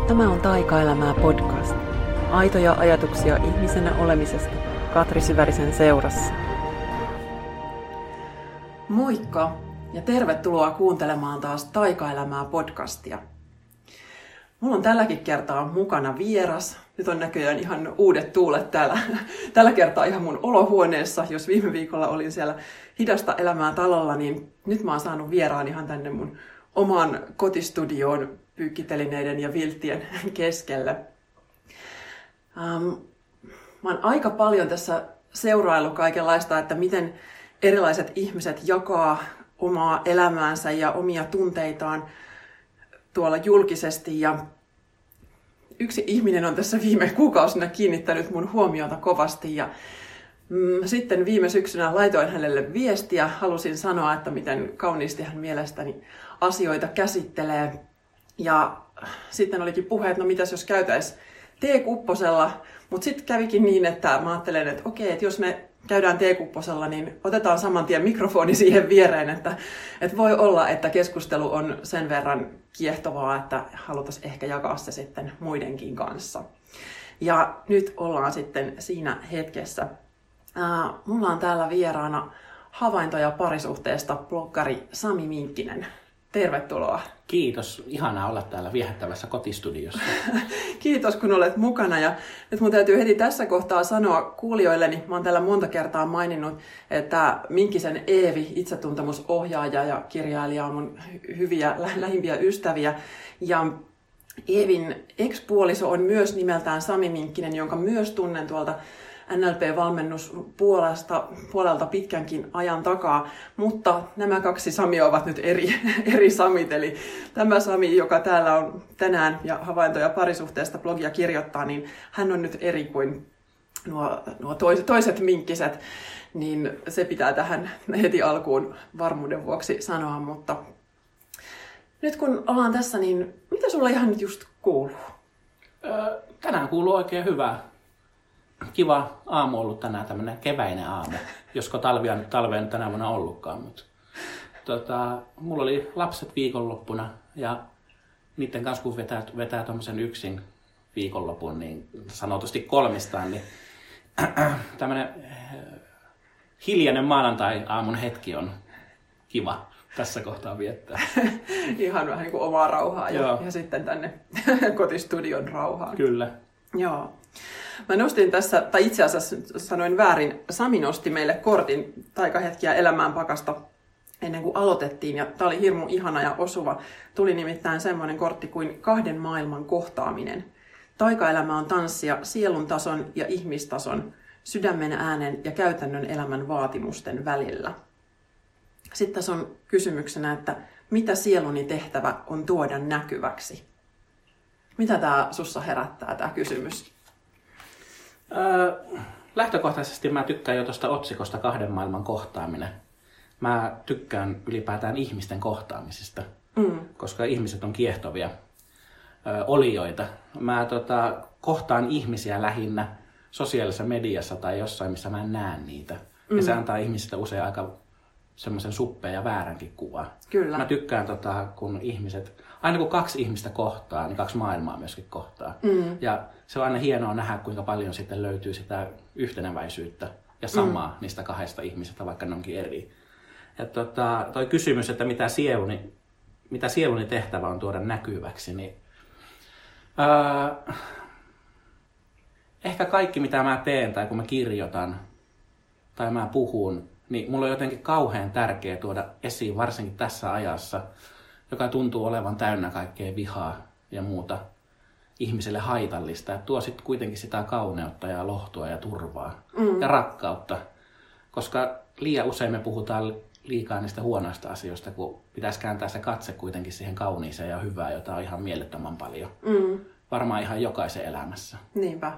Tämä on Taikaelämää podcast. Aitoja ajatuksia ihmisenä olemisesta Katri Syvärisen seurassa. Moikka ja tervetuloa kuuntelemaan taas Taikaelämää podcastia. Mulla on tälläkin kertaa mukana vieras. Nyt on näköjään ihan uudet tuulet täällä. Tällä kertaa ihan mun olohuoneessa. Jos viime viikolla olin siellä Hidasta elämää talolla, niin nyt mä oon saanut vieraan ihan tänne mun omaan kotistudioon pyykkitelineiden ja vilttien keskelle. Mä oon aika paljon tässä seuraillut kaikenlaista, että miten erilaiset ihmiset jakaa omaa elämäänsä ja omia tunteitaan tuolla julkisesti. Ja yksi ihminen on tässä viime kuukausina kiinnittänyt mun huomiota kovasti. Ja sitten viime syksynä laitoin hänelle viestiä. Halusin sanoa, että miten kauniisti hän mielestäni asioita käsittelee. Ja sitten olikin puhe, että no mitäs jos käytäisiin teekupposella. Mutta sitten kävikin niin, että mä ajattelen, että okei, että jos me käydään teekupposella, niin otetaan saman tien mikrofoni siihen viereen, että voi olla, että keskustelu on sen verran kiehtovaa, että halutaan ehkä jakaa se sitten muidenkin kanssa. Ja nyt ollaan sitten siinä hetkessä. Mulla on täällä vieraana havaintoja parisuhteesta bloggari Sami Minkkinen. Tervetuloa. Kiitos. Ihanaa olla täällä viehättävässä kotistudiossa. Kiitos, kun olet mukana. Ja nyt mun täytyy heti tässä kohtaa sanoa kuulijoilleni, mä oon täällä monta kertaa maininnut, että Minkkisen Eevi, itsetuntemusohjaaja ja kirjailija, on mun hyviä, lähimpiä ystäviä. Ja Eevin ex-puoliso on myös nimeltään Sami Minkkinen, jonka myös tunnen tuolta NLP-valmennuspuolelta pitkänkin ajan takaa, mutta nämä kaksi Samia ovat nyt eri Samit. Eli tämä Sami, joka täällä on tänään ja havaintoja parisuhteesta blogia kirjoittaa, niin hän on nyt eri kuin nuo toiset minkkiset, niin se pitää tähän heti alkuun varmuuden vuoksi sanoa, mutta nyt kun ollaan tässä, niin mitä sulla ihan nyt just kuuluu? Tänään kuuluu oikein hyvää. Kiva aamu ollut tänään, tämmöinen keväinen aamu, josko talvea nyt tänä vuonna ollutkaan. Mutta, mulla oli lapset viikonloppuna ja niiden kanssa kun vetää tommosen yksin viikonlopun, niin sanotusti kolmistaan, niin tämmöinen hiljainen maanantai-aamun hetki on kiva tässä kohtaa viettää. Ihan vähän niin kuin omaa rauhaa ja sitten tänne kotistudion rauhaan. Kyllä. Joo. Mä nostin tässä, tai itse asiassa sanoin väärin, Sami nosti meille kortin Taikahetkiä elämään pakasta ennen kuin aloitettiin, ja tää oli hirmu ihana ja osuva. Tuli nimittäin semmoinen kortti kuin 2 maailman kohtaaminen. Taikaelämä on tanssia sielun tason ja ihmistason, sydämen äänen ja käytännön elämän vaatimusten välillä. Sitten tässä on kysymyksenä, että mitä sieluni tehtävä on tuoda näkyväksi? Mitä tää sussa herättää, tää kysymys? Lähtökohtaisesti mä tykkään jo tuosta otsikosta 2 maailman kohtaaminen. Mä tykkään ylipäätään ihmisten kohtaamisesta, koska ihmiset on kiehtovia olioita. Mä kohtaan ihmisiä lähinnä sosiaalisessa mediassa tai jossain, missä mä en näe niitä. Ja se antaa ihmisistä usein aika semmoisen suppeen ja vääränkin kuvan. Kyllä. Mä tykkään, kun ihmiset, aina kun 2 ihmistä kohtaa, niin 2 maailmaa myöskin kohtaa. Ja se on aina hienoa nähdä, kuinka paljon sitten löytyy sitä yhteneväisyyttä ja samaa niistä 2 ihmisestä, vaikka ne onkin eri. Ja toi kysymys, että mitä sieluni tehtävä on tuoda näkyväksi, niin ehkä kaikki mitä mä teen tai kun mä kirjoitan tai mä puhun, niin mulla on jotenkin kauhean tärkeää tuoda esiin, varsinkin tässä ajassa, joka tuntuu olevan täynnä kaikkea vihaa ja muuta ihmiselle haitallista. Ja tuo sitten kuitenkin sitä kauneutta ja lohtua ja turvaa ja rakkautta. Koska liian usein me puhutaan liikaa niistä huonoista asioista, kun pitäisi kääntää se katse kuitenkin siihen kauniiseen ja hyvään, jota on ihan mielettömän paljon. Varmaan ihan jokaisen elämässä. Niinpä.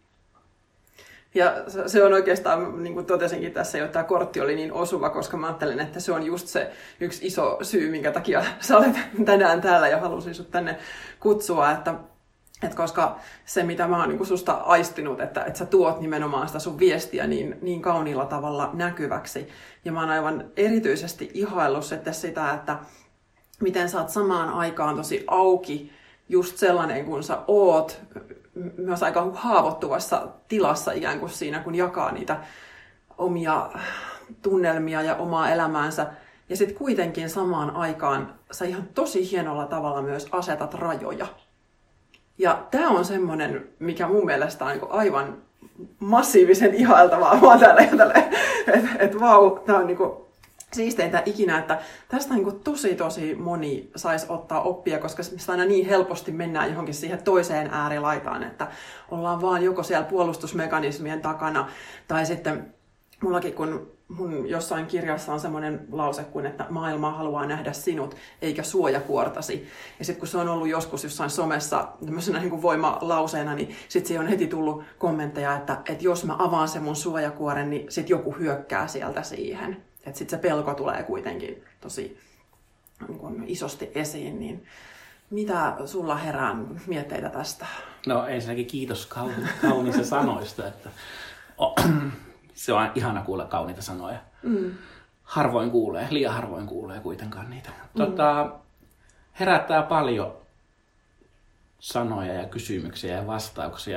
Ja se on oikeastaan, niin kuin totesinkin tässä jo, tämä kortti oli niin osuva, koska mä ajattelen, että se on just se yksi iso syy, minkä takia sä olet tänään täällä ja halusin sut tänne kutsua, että koska se, mitä mä oon niin kuin susta aistinut, että sä tuot nimenomaan sitä sun viestiä niin kauniilla tavalla näkyväksi. Ja mä oon aivan erityisesti ihaillut sitä, että miten sä oot samaan aikaan tosi auki just sellainen kuin sä oot, myös aika haavoittuvassa tilassa ikään kuin siinä, kun jakaa niitä omia tunnelmia ja omaa elämäänsä. Ja sitten kuitenkin samaan aikaan sä ihan tosi hienolla tavalla myös asetat rajoja. Ja tämä on semmoinen, mikä mun mielestä on niin aivan massiivisen ihailtavaa. Mä oon täällä jo tälleen, että vau, tää on niinku siisteintä ikinä, että tästä niinku tosi moni saisi ottaa oppia, koska mistä aina niin helposti mennään johonkin siihen toiseen äärilaitaan, että ollaan vaan joko siellä puolustusmekanismien takana, tai sitten mullakin, kun mun jossain kirjassa on semmoinen lause kuin, että maailma haluaa nähdä sinut, eikä suojakuortasi. Ja sitten kun se on ollut joskus jossain somessa tämmöisenä niin kuin voimalauseena, niin sitten siihen on heti tullut kommentteja, että jos mä avaan sen mun suojakuoren, niin sitten joku hyökkää sieltä siihen. Että sitten se pelko tulee kuitenkin tosi niin kuin isosti esiin. Niin mitä sulla herää mietteitä tästä? No ensinnäkin kiitos kauniista sanoista, että se on ihana kuulla kauniita sanoja. Liian harvoin kuulee kuitenkaan niitä. Herättää paljon sanoja ja kysymyksiä ja vastauksia.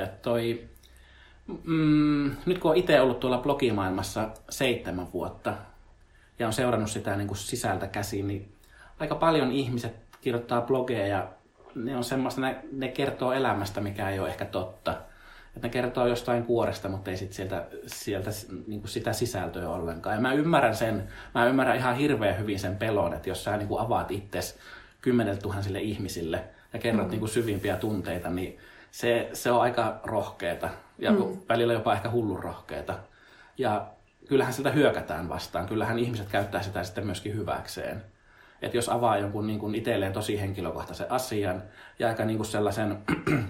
Nyt kun olen itse ollut tuolla blogimaailmassa 7 vuotta ja on seurannut sitä niin kuin sisältä käsin, niin aika paljon ihmiset kirjoittaa blogeja ja ne on semmoista, ne kertoo elämästä, mikä ei ole ehkä totta. Että ne kertoo jostain kuoresta, mutta ei sit sieltä niin kuin sitä sisältöä ollenkaan. Ja mä ymmärrän ihan hirveän hyvin sen pelon, että jos sä niin kuin avaat itsesi 10 000 ihmisille ja kerrot niin kuin syvimpiä tunteita, niin se on aika rohkeeta ja välillä jopa ehkä hullun rohkeeta. Ja kyllähän siltä hyökätään vastaan. Kyllähän ihmiset käyttää sitä sitten myöskin hyväkseen. Että jos avaa jonkun niin kuin itselleen tosi henkilökohtaisen asian ja aika niin kuin sellaisen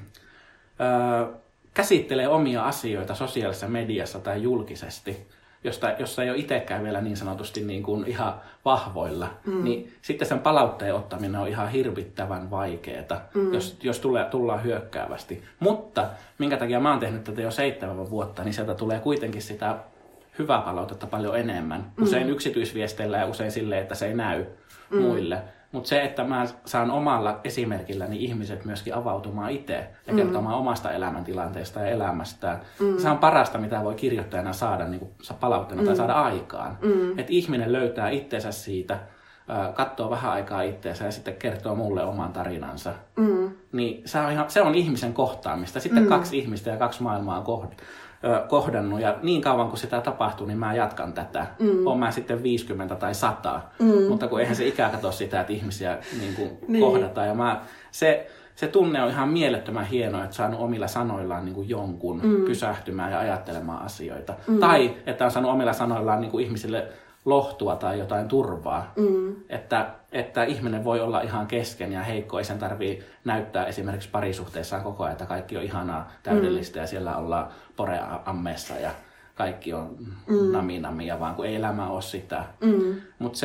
käsittelee omia asioita sosiaalisessa mediassa tai julkisesti, jossa ei ole itsekään vielä niin sanotusti niin kuin ihan vahvoilla, niin sitten sen palautteen ottaminen on ihan hirvittävän vaikeaa, jos tullaan hyökkäävästi. Mutta minkä takia mä oon tehnyt tätä jo 7 vuotta, niin sieltä tulee kuitenkin sitä hyvää palautetta paljon enemmän. Usein yksityisviesteillä ja usein silleen, että se ei näy muille. Mutta se, että mä saan omalla esimerkilläni ihmiset myöskin avautumaan itse ja kertomaan omasta elämäntilanteesta ja elämästään. Se on parasta, mitä voi kirjoittajana saada niin palautteena tai saada aikaan. Että ihminen löytää itsensä siitä, katsoo vähän aikaa itseensä ja sitten kertoo mulle oman tarinansa. Niin se on ihmisen kohtaamista. Sitten 2 ihmistä ja 2 maailmaa kohdannut ja niin kauan kun sitä tapahtuu, niin mä jatkan tätä. Oon mä sitten 50 tai 100, mutta kun eihän se ikä katso sitä, että ihmisiä niin kuin kohdataan. Ja se tunne on ihan mielettömän hienoa, että saanut omilla sanoillaan niin kuin jonkun pysähtymään ja ajattelemaan asioita. Tai että on saanut omilla sanoillaan niin kuin ihmisille lohtua tai jotain turvaa. Että ihminen voi olla ihan kesken ja heikko, ei sen tarvitse näyttää esimerkiksi parisuhteessaan koko ajan, että kaikki on ihanaa, täydellistä ja siellä ollaan poreammeessa ja kaikki on nami-namia, vaan kun ei elämä ole sitä. Mutta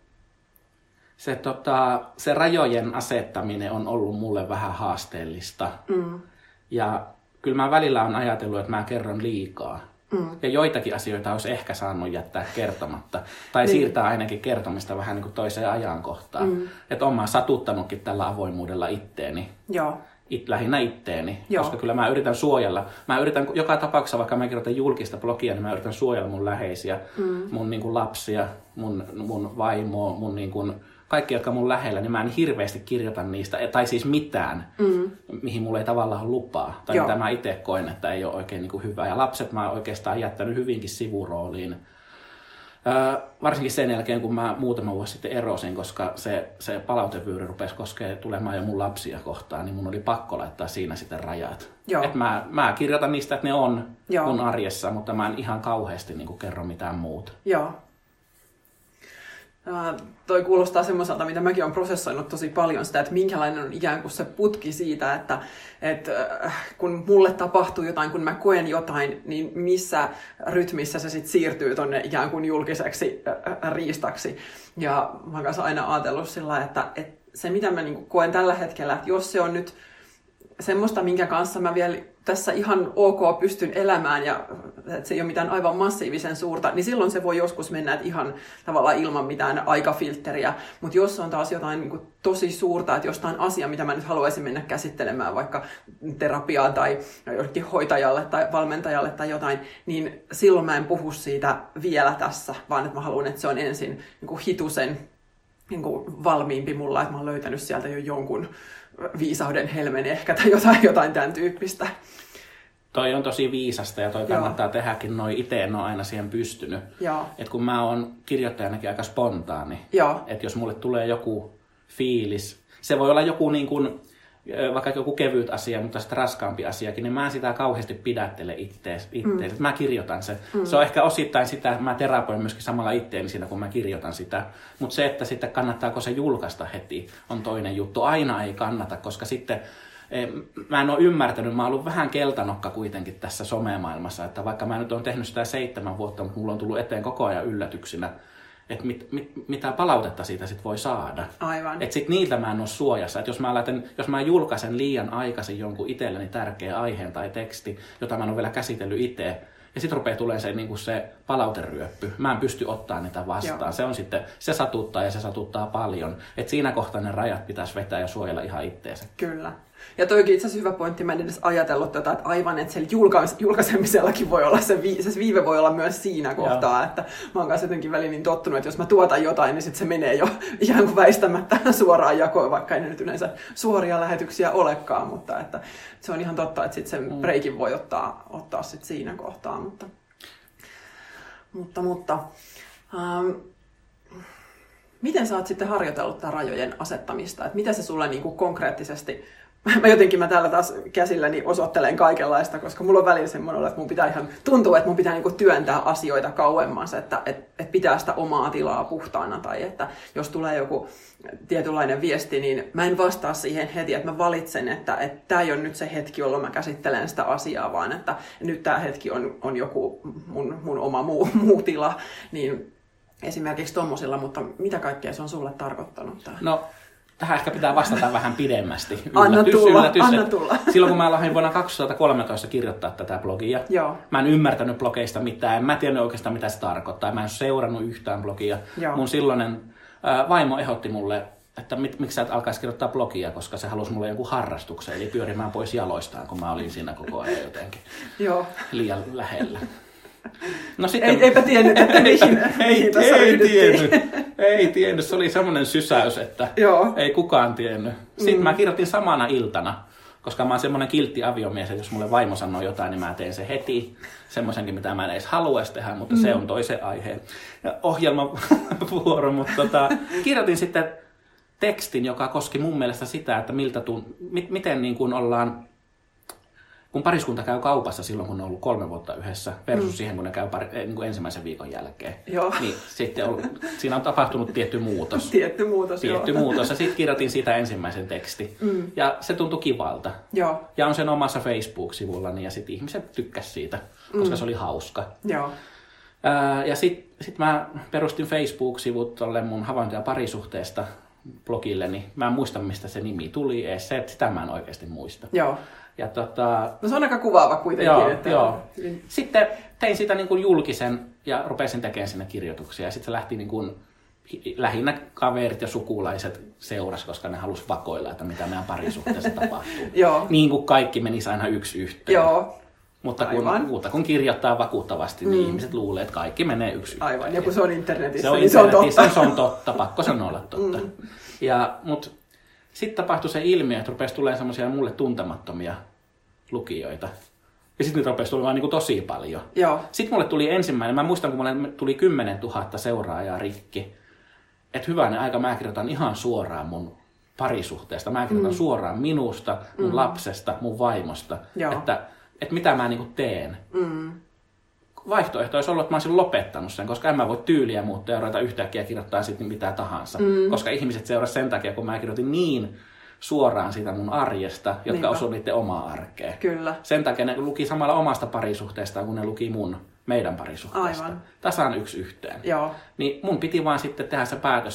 se rajojen asettaminen on ollut mulle vähän haasteellista. Ja kyllä mä välillä on ajatellut, että mä kerron liikaa. Ja joitakin asioita olisi ehkä saanut jättää kertomatta. Tai siirtää ainakin kertomista vähän niin kuin toiseen ajankohtaan. Että olen mä satuttanutkin tällä avoimuudella itteeni. Joo. Lähinnä itteeni. Joo. Koska kyllä mä yritän suojella. Mä yritän joka tapauksessa, vaikka mä kirjoitan julkista blogia, niin mä yritän suojella mun läheisiä. Mun niin kuin lapsia, mun vaimoa, mun niin kuin kaikki, jotka mun lähellä, niin mä en hirveästi kirjoita niistä, tai siis mitään, mihin mulla ei tavallaan ole lupaa. Tai mitä mä itse koen, että ei ole oikein niin kuin hyvä. Ja lapset mä oon oikeastaan jättänyt hyvinkin sivurooliin. Varsinkin sen jälkeen, kun mä muutama vuosi sitten erosin, koska se palautevyyri rupesi tulemaan jo mun lapsia kohtaan, niin mun oli pakko laittaa siinä sitten rajat. Et mä kirjoitan niistä, että ne on mun arjessa, mutta mä en ihan kauheasti niin kuin kerro mitään muuta. Joo. Toi kuulostaa semmoiselta, mitä mäkin olen prosessoinut tosi paljon sitä, että minkälainen on ikään kuin se putki siitä, että kun mulle tapahtuu jotain, kun mä koen jotain, niin missä rytmissä se sitten siirtyy tonne ikään kuin julkiseksi riistaksi. Ja mä oon kanssa aina ajatellut sillä, että se mitä mä niinku koen tällä hetkellä, että jos se on nyt semmoista, minkä kanssa mä vielä tässä ihan ok pystyn elämään ja että se ei ole mitään aivan massiivisen suurta, niin silloin se voi joskus mennä ihan tavallaan ilman mitään aikafiltteriä. Mutta jos on taas jotain niin kuin tosi suurta, että jostain asiaa, mitä mä nyt haluaisin mennä käsittelemään, vaikka terapiaan tai jollekin hoitajalle tai valmentajalle tai jotain, niin silloin mä en puhu siitä vielä tässä, vaan että mä haluan, että se on ensin niin kuin hitusen niin kuin valmiimpi mulla, että mä oon löytänyt sieltä jo jonkun viisauden helmen ehkä tai jotain tämän tyyppistä. Toi on tosi viisasta ja toi kannattaa tehdäkin, noi itse en ole aina siihen pystynyt. Et kun mä oon kirjoittajanakin aika spontaani, että jos mulle tulee joku fiilis, se voi olla joku niin kuin, vaikka joku kevyt asia, mutta sitten raskaampi asiakin, niin mä en sitä kauheasti pidättele ittees. Mä kirjoitan se. Se on ehkä osittain sitä, että mä terapoin myöskin samalla itteeni siinä, kun mä kirjoitan sitä. Mutta se, että sitten kannattaako se julkaista heti, on toinen juttu. Aina ei kannata, koska sitten mä en ole ymmärtänyt, mä oon ollut vähän keltanokka kuitenkin tässä somemaailmassa, että vaikka mä nyt oon tehnyt sitä 7 vuotta, mutta mulla on tullut eteen koko ajan yllätyksinä, että mitä palautetta siitä sit voi saada. Aivan. Että sit niiltä mä en ole suojassa. Että jos mä julkaisen liian aikaisin jonkun itselleni tärkeä aiheen tai teksti, jota mä en ole vielä käsitellyt itse, ja sitten rupeaa tulemaan se, niin se palauteryöppy. Mä en pysty ottaa niitä vastaan. Se on sitten, se satuttaa ja se satuttaa paljon. Että siinä kohtaa ne rajat pitäisi vetää ja suojella ihan itteensä. Kyllä. Ja toikin itse asiassa hyvä pointti, mä en edes ajatellut että aivan, että siellä julkaisemisellakin voi olla se viive voi olla myös siinä kohtaa, että mä oon kanssa jotenkin väliin niin tottunut, että jos mä tuotan jotain, niin sitten se menee jo ihan kuin väistämättä suoraan jakoon, vaikka ei ne nyt yleensä suoria lähetyksiä olekaan, mutta että se on ihan totta, että sitten sen breikin voi ottaa sit siinä kohtaa, mutta miten sä oot sitten harjoitellut tämän rajojen asettamista, että mitä se sulle niinku konkreettisesti. Mä täällä taas käsilläni osoittelen kaikenlaista, koska mulla on välillä semmoinen, että mun pitää ihan tuntua, että mun pitää niinku työntää asioita kauemmas, että pitää sitä omaa tilaa puhtaana tai että jos tulee joku tietynlainen viesti, niin mä en vastaa siihen heti, että mä valitsen, että tää ei ole nyt se hetki, jolloin mä käsittelen sitä asiaa, vaan että nyt tää hetki on joku mun oma muu tila, niin esimerkiksi tommosilla, mutta mitä kaikkea se on sulle tarkoittanut? No, tähän ehkä pitää vastata vähän pidemmästi. Anna tulla. Silloin kun mä aloin vuonna 2013 kirjoittaa tätä blogia, mä en ymmärtänyt blogeista mitään, mä en tiennyt oikeastaan mitä se tarkoittaa, mä en seurannut yhtään blogia. Mun silloinen vaimo ehdotti mulle, että miksi sä et alkaisi kirjoittaa blogia, koska se halusi mulle joku harrastuksen, eli pyörimään pois jaloistaan, kun mä olin siinä koko ajan jotenkin liian lähellä. No sitten, eipä tiennyt, että mihin tässä ei tiennyt. Se oli semmoinen sysäys, että ei kukaan tiennyt. Sitten mä kirjoitin samana iltana, koska mä oon semmoinen kiltti aviomies, että jos mulle vaimo sanoo jotain, niin mä teen se heti. Semmoisenkin, mitä mä en edes haluaisi tehdä, mutta se on toisen aiheen ohjelmavuoro. Mutta kirjoitin sitten tekstin, joka koski mun mielestä sitä, että miten niin kuin ollaan. Kun pariskunta käy kaupassa silloin, kun on ollut 3 vuotta yhdessä, versus siihen, kun ne käy niin kuin ensimmäisen viikon jälkeen, niin sitten siinä on tapahtunut tietty muutos. Tietty muutos. Ja sitten kirjoitin siitä ensimmäisen teksti. Ja se tuntui kivalta. Ja on sen omassa Facebook-sivullani, ja sitten ihmiset tykkäsivät siitä, koska se oli hauska. Ja sitten mä perustin Facebook-sivut tolle mun havaintoja parisuhteesta blogilleni. Mä en muista, mistä se nimi tuli edes. Sitä mä en oikeasti muista. Ja no se on aika kuvaava kuitenkin. Joo. Sitten tein sitä niin kuin julkisen ja rupesin tekemään sinne kirjoituksia. Ja sitten se lähti niin kuin, lähinnä kaverit ja sukulaiset seuras, koska ne halusi vakoilla, että mitä meidän parisuhteessa tapahtuu. Niin kuin kaikki menisi aina yksi yhteen. Mutta kun kirjoittaa vakuuttavasti, niin ihmiset luulee, että kaikki menee yksi yhteen. Aivan, ja kun se on internetissä, se on totta. Pakko sanoa olla totta. Mutta sitten tapahtui se ilmiö, että rupesi tulemaan semmoisia mulle tuntemattomia lukijoita. Ja sitten niitä rupesi tulemaan niin kuin tosi paljon. Sitten mulle tuli ensimmäinen, mä muistan kun mulle tuli 10 000 seuraajaa rikki. Että hyvänen aika mä kirjoitan ihan suoraan mun parisuhteesta. Mä kirjoitan suoraan minusta, mun lapsesta, mun vaimosta. Että mitä mä niin kuin teen. Vaihtoehto olisi ollut, että mä olisin lopettanut sen, koska en mä voi tyyliä muuttaa ja ruveta yhtäkkiä kirjoittaa sitten mitä tahansa. Koska ihmiset seurasivat sen takia, kun mä kirjoitin niin suoraan siitä mun arjesta, jotka osuivat niiden omaa arkeen. Kyllä. Sen takia ne luki samalla omasta parisuhteestaan, kun ne luki meidän parisuhteesta. Aivan. Tasan 1 yhteen. Niin mun piti vaan sitten tehdä se päätös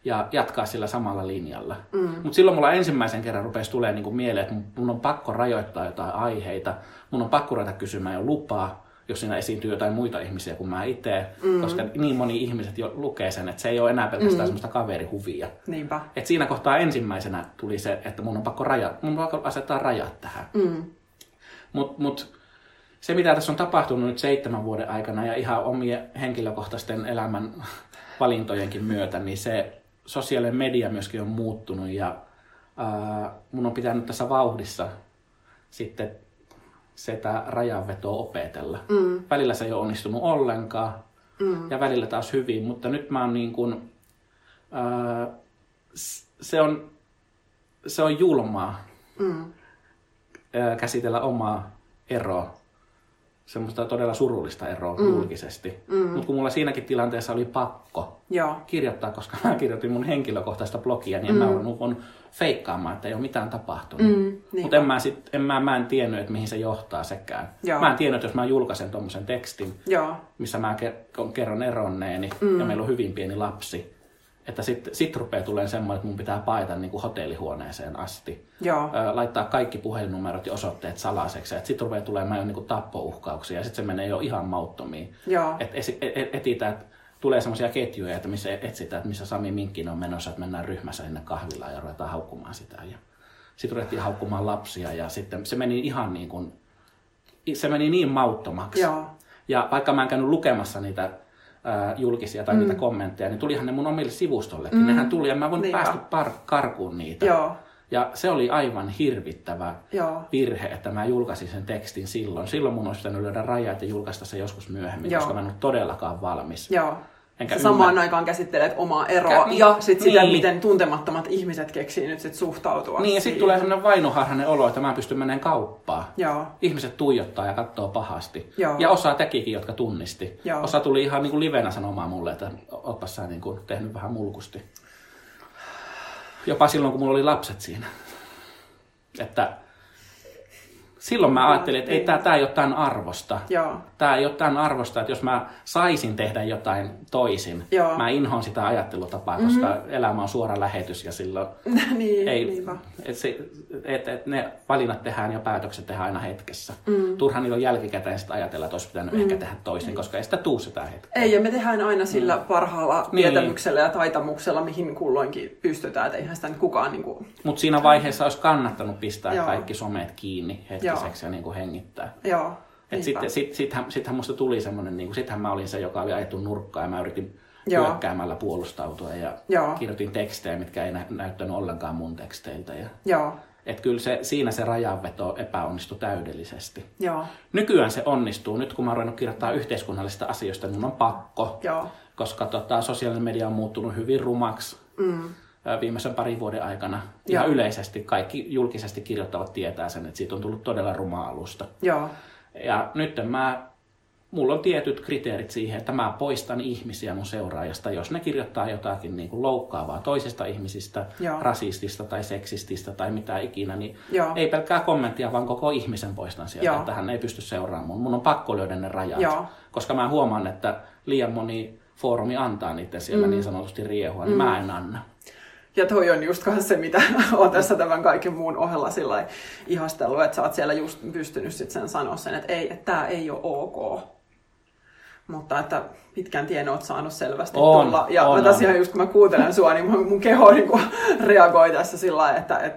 ja jatkaa sillä samalla linjalla. Mutta silloin mulla ensimmäisen kerran rupesi tulemaan niin kuin mieleen, että mun on pakko rajoittaa jotain aiheita, mun on pakko ruveta kysymään jo lupaa, jos siinä esiintyy jotain muita ihmisiä kuin mä itse, koska niin moni ihmiset jo lukee sen, että se ei ole enää pelkästään semmoista kaverihuvia. Niinpä. Et siinä kohtaa ensimmäisenä tuli se, että mun on pakko asettaa rajat tähän. Mut se, mitä tässä on tapahtunut nyt 7 vuoden aikana ja ihan omien henkilökohtaisten elämän valintojenkin myötä, niin se sosiaalinen media myöskin on muuttunut ja mun on pitänyt tässä vauhdissa sitten sitä rajanvetoa opetella. Välillä se ei ole onnistunut ollenkaan ja välillä taas hyvin, mutta nyt mä oon niin kuin, se on julmaa käsitellä omaa eroa, semmoista todella surullista eroa julkisesti. Mutta kun mulla siinäkin tilanteessa oli pakko kirjoittaa, koska mä kirjoitin mun henkilökohtaista blogia, niin en mä ollut feikkaamaan, että ei ole mitään tapahtunut. Mutta mä en tiennyt, että mihin se johtaa sekään. Mä en tiennyt, että jos mä julkaisen tommosen tekstin, missä mä kerron eronneeni ja meillä on hyvin pieni lapsi, että sit rupeaa tulemaan semmoinen, että mun pitää paeta niin kuin hotellihuoneeseen asti. Laittaa kaikki puhelinnumerot ja osoitteet salaiseksi. Sitten rupeaa tulemaan jo niin kuin tappouhkauksia ja sitten se menee jo ihan mauttomiin. Etsitään, että tulee semmoisia ketjuja, että missä etsitään, että missä Sami Minkkinen on menossa, että mennään ryhmässä sinne kahvilaan ja ruvetaan haukkumaan sitä. Sitten ruvettiin haukkumaan lapsia ja sitten se meni ihan niin kuin, se meni niin mauttomaksi. Ja vaikka mä en käynyt lukemassa niitä julkisia tai niitä kommentteja, niin tulihan ne mun omille sivustollekin. Nehän tuli ja mä en voinut päästä karkuun niitä. Ja se oli aivan hirvittävä virhe, että mä julkaisin sen tekstin silloin. Silloin mun olisi pitänyt löydä rajat ja julkaista se joskus myöhemmin, koska mä en ollut todellakaan valmis. Samaan aikaan käsittelet omaa eroa ja sit sitä, miten tuntemattomat ihmiset keksii nyt sit suhtautua. Niin, ja sitten tulee sellainen vainoharhainen olo, että mä en pysty menemään kauppaan. Ihmiset tuijottaa ja katsoo pahasti. Ja osa tekikin, jotka tunnisti. Osa tuli ihan niin kuin livenä sanomaan mulle, että ootpas sä niin kuin tehnyt vähän mulkusti. Jopa silloin, kun mulla oli lapset siinä. Että silloin mä ajattelin, että ei, tää ei ole tämän arvosta. Tää ei ole tämän arvosta, että jos mä saisin tehdä jotain toisin, mä inhoan sitä ajattelutapaa, koska elämä on suora lähetys ja silloin että ne valinnat tehdään ja päätökset tehdään aina hetkessä. Turhaan niillä on jälkikäteen sitä ajatella, että olisi pitänyt ehkä tehdä toisin, koska ei sitä tuu sitä hetkeä. Ei, ja me tehdään aina sillä parhaalla tietämyksellä ja taitamuksella, mihin kulloinkin pystytään, että eihän sitä nyt kukaan niinku... Mutta siinä vaiheessa olisi kannattanut pistää kaikki somet kiinni hetkiseksi ja niinku hengittää. Sittenhän musta tuli semmoinen, niin sittenhän mä olin se, joka oli ajettu nurkkaan ja mä yritin hyökkäämällä puolustautua ja kirjoitin tekstejä, mitkä ei näyttänyt ollenkaan mun teksteiltä. Että kyllä siinä se rajanveto epäonnistui täydellisesti. Nykyään se onnistuu. Nyt kun mä oon ruvennut kirjoittaa yhteiskunnallisista asioista, niin mun on pakko. Koska sosiaalinen media on muuttunut hyvin rumaksi viimeisen 2 vuoden aikana. Ja yleisesti kaikki julkisesti kirjoittavat tietää sen, että siitä on tullut todella ruma alusta. Ja nyt mulla on tietyt kriteerit siihen, että mä poistan ihmisiä mun seuraajasta, jos ne kirjoittaa jotakin niin kuin loukkaavaa toisista ihmisistä, rasistista tai seksististä tai mitä ikinä, niin ei pelkkää kommenttia, vaan koko ihmisen poistan sieltä, että hän ei pysty seuraamaan mun on pakko löydä ne rajat, koska mä huomaan, että liian moni foorumi antaa niiden siellä niin sanotusti riehua, niin mä en anna. Ja toi on just se, mitä on tässä tämän kaiken muun ohella sillä ihastellut, että sä oot siellä just pystynyt sit sen sanoa sen, että tää ei ole ok. Mutta että pitkän tien oot saanut selvästi tulla. Ja mä tosiaan just kun mä kuuntelen sua, niin mun keho niin kuin reagoi tässä sillä lailla, että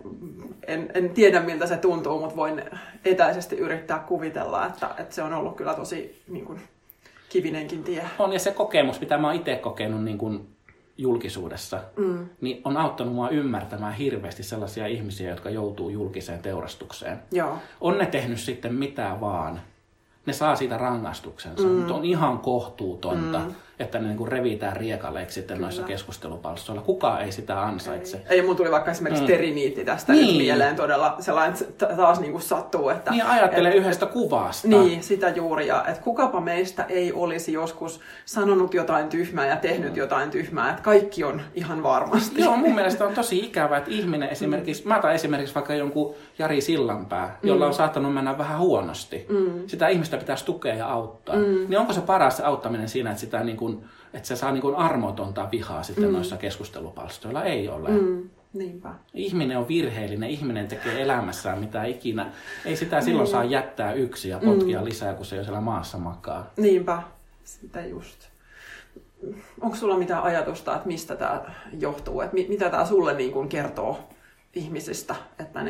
en tiedä miltä se tuntuu, mutta voin etäisesti yrittää kuvitella, että se on ollut kyllä tosi niin kuin kivinenkin tie. On, ja se kokemus, mitä mä oon itse kokenut niin kuin julkisuudessa, niin on auttanut mua ymmärtämään hirveästi sellaisia ihmisiä, jotka joutuu julkiseen teurastukseen. On ne tehnyt sitten mitä vaan. Ne saa siitä rangaistuksensa, mutta on ihan kohtuutonta, että ne niin kuin revitään riekaleiksi sitten noissa keskustelupalstoilla. Kukaan ei sitä ansaitse. Ei, mun tuli vaikka esimerkiksi teriniitti tästä nyt mieleen todella sellainen, että taas niin kuin sattuu. Että, niin ajattele yhdestä kuvasta. Niin, sitä juuri. Ja että kukapa meistä ei olisi joskus sanonut jotain tyhmää ja tehnyt jotain tyhmää, että kaikki on ihan varmasti. Joo, mun mielestä on tosi ikävää, että ihminen esimerkiksi, mä otan esimerkiksi vaikka jonkun Jari Sillanpää, jolla on saattanut mennä vähän huonosti. Sitä ihmistä pitäisi tukea ja auttaa. Niin onko se paras se auttaminen siinä, että sitä niin kuin kuin, että se saa niin kuin armotonta vihaa sitten noissa keskustelupalstoilla. Ei ole. Niinpä. Ihminen on virheellinen, ihminen tekee elämässään mitä ikinä. Ei sitä silloin saa jättää yksin ja potkia lisää, kun se jo siellä maassa makaa. Niinpä, sitä just. Onko sulla mitään ajatusta, että mistä tämä johtuu? Että mitä tämä sulle niin kuin kertoo ihmisistä? Että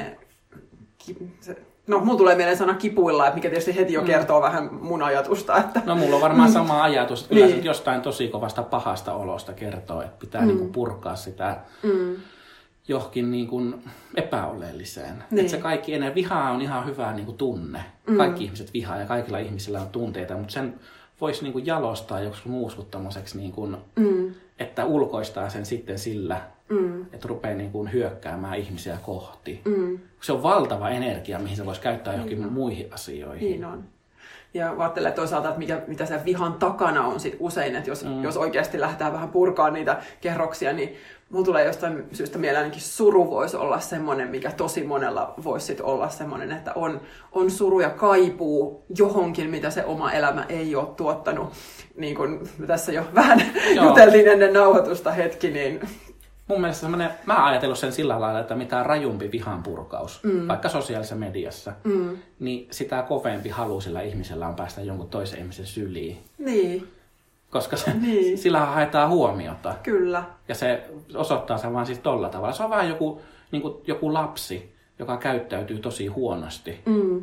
mulla tulee mieleen sana kipuilla, että mikä tietysti heti jo kertoo vähän mun ajatusta. Että... No mulla on varmaan sama ajatus, että kyllä se jostain tosi kovasta pahasta olosta kertoo, että pitää niin kuin purkaa sitä johonkin niin kuin epäoleelliseen. Niin. Että se kaikki ennen vihaa on ihan hyvä niin kuin tunne. Kaikki ihmiset vihaa ja kaikilla ihmisillä on tunteita, mutta sen voisi niin kuin jalostaa joksikin muuksi tämmöiseksi, niin kuin, että ulkoistaa sen sitten sillä, että rupeaa niin kuin hyökkäämään ihmisiä kohti. Se on valtava energia, mihin se voisi käyttää johonkin muihin asioihin. Niin on. Ja ajattelen toisaalta, että mitä sen vihan takana on sit usein, että jos oikeasti lähdetään vähän purkaa niitä kerroksia, niin mulla tulee jostain syystä mieleen ainakin suru voisi olla semmoinen, mikä tosi monella voisi sit olla semmoinen, että on suru ja kaipuu johonkin, mitä se oma elämä ei ole tuottanut. Niin kuin tässä jo vähän juteltiin ennen nauhoitusta hetki, niin... Mun mielestä mä oon ajatellut sen sillä lailla, että mitä rajumpi vihan purkaus, vaikka sosiaalisessa mediassa, niin sitä kovempi halu sillä ihmisellä on päästä jonkun toisen ihmisen syliin. Niin. Koska sillä haetaan huomiota. Kyllä. Ja se osoittaa sen vaan siis tolla tavalla. Se on vähän joku lapsi, joka käyttäytyy tosi huonosti.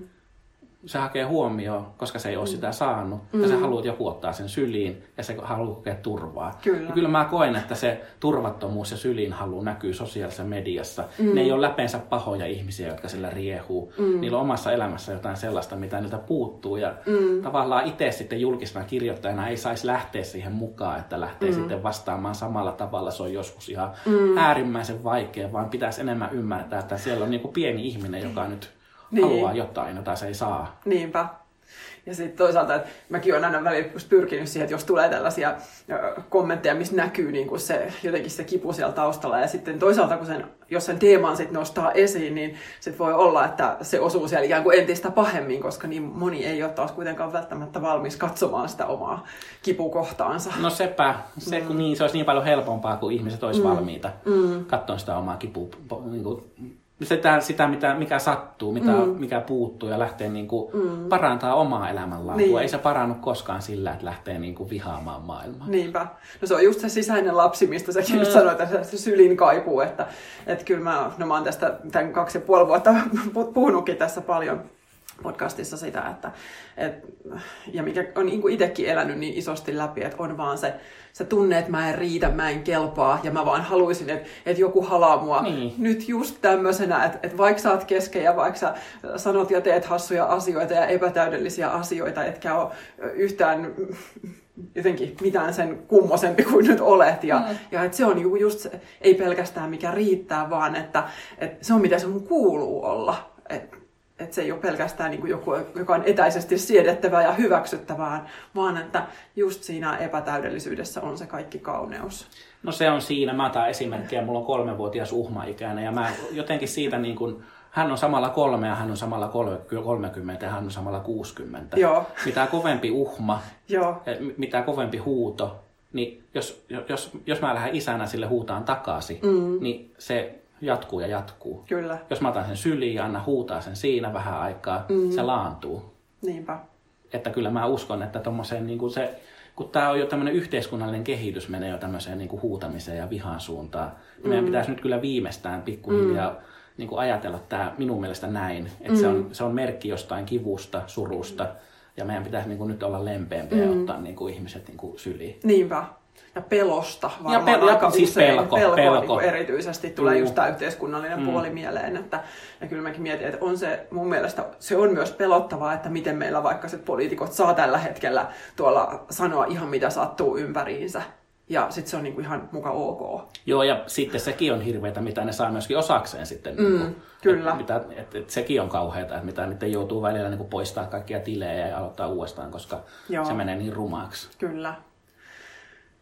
Se hakee huomioon, koska se ei ole sitä saanut. Ja se haluaa, että joku ottaa sen syliin ja se haluaa kokea turvaa. Kyllä. Ja kyllä mä koen, että se turvattomuus ja syliinhalu näkyy sosiaalisessa mediassa. Ne ei ole läpeensä pahoja ihmisiä, jotka sillä riehuu. Niillä on omassa elämässä jotain sellaista, mitä niiltä puuttuu. Ja tavallaan itse sitten julkisena kirjoittajana ei saisi lähteä siihen mukaan, että lähtee sitten vastaamaan samalla tavalla. Se on joskus ihan äärimmäisen vaikea, vaan pitäisi enemmän ymmärtää, että siellä on niin kuin pieni ihminen, joka nyt haluaa jotain, jota se ei saa. Niinpä. Ja sitten toisaalta, että mäkin olen aina välillä pyrkinyt siihen, että jos tulee tällaisia kommentteja, missä näkyy niin kuin jotenkin se kipu siellä taustalla. Ja sitten toisaalta, jos sen teeman sit nostaa esiin, niin sit voi olla, että se osuu siellä ikään kuin entistä pahemmin, koska niin moni ei ole taas kuitenkaan välttämättä valmis katsomaan sitä omaa kipukohtaansa. No sepä. Se olisi niin paljon helpompaa, kun ihmiset olisi valmiita katsomaan sitä omaa kipua. Niin sitä mikä sattuu, mikä puuttuu ja lähtee niinku parantaa omaa elämänlaatua. Niin. Ei se parannu koskaan sillä, että lähtee niinku vihaamaan maailmaa. Niinpä. No se on just se sisäinen lapsi, mistä säkin just sanoit, että se sylin kaipuu. Että kyllä mä oon tästä tämän 2,5 vuotta puhunutkin tässä paljon podcastissa sitä, ja mikä on niin kuin itsekin elänyt niin isosti läpi, että on vaan se tunne, että mä en riitä, mä en kelpaa, ja mä vaan haluaisin, että joku halaa mua nyt just tämmöisenä, että vaikka sä oot kesken ja vaikka sä sanot ja teet hassuja asioita ja epätäydellisiä asioita, etkä ole yhtään jotenkin mitään sen kummosempi kuin nyt olet. Ja että se on just se, ei pelkästään mikä riittää, vaan että se on mitä se mun kuuluu olla. Että se ei ole pelkästään niin kuin joku, joka on etäisesti siedettävää ja hyväksyttävää, vaan että just siinä epätäydellisyydessä on se kaikki kauneus. No se on siinä. Mä otan esimerkkiä. Mulla on 3-vuotias uhmaikäinen ja mä jotenkin siitä niin kuin, hän on samalla 3 ja hän on samalla 30 ja hän on samalla 60. Joo. Mitä kovempi uhma, Joo. Mitä kovempi huuto, niin jos mä lähden isänä sille huutaan takaisin, niin se jatkuu ja jatkuu. Kyllä. Jos mä otan sen syliin ja anna huutaa sen siinä vähän aikaa, se laantuu. Niinpä. Että kyllä mä uskon, että tommoseen niin kuin se, kun tää on jo tämmöinen yhteiskunnallinen kehitys menee jo tämmöiseen niin kuin huutamiseen ja vihan suuntaan, niin meidän pitäisi nyt kyllä viimeistään pikkuhiljaa niin kuin ajatella tää minun mielestä näin. Että se on merkki jostain kivusta, surusta, ja meidän pitäisi niin kuin nyt olla lempeämpiä ja ottaa niin kuin ihmiset niin kuin syliin. Niinpä. Ja pelosta varmaan aika siis usein. Pelko. Niin kuin erityisesti tulee just tämä yhteiskunnallinen puoli mieleen. Ja kyllä mäkin mietin, että on se, mun mielestä se on myös pelottavaa, että miten meillä vaikka sit poliitikot saa tällä hetkellä tuolla sanoa ihan mitä sattuu ympäriinsä. Ja sitten se on niinku ihan muka ok. Joo, ja sitten sekin on hirveätä, mitä ne saa myöskin osakseen sitten. Kyllä. Että sekin on kauheata, että mitä niiden joutuu välillä niin poistaa kaikkia tilejä ja aloittaa uudestaan, koska se menee niin rumaksi. Kyllä.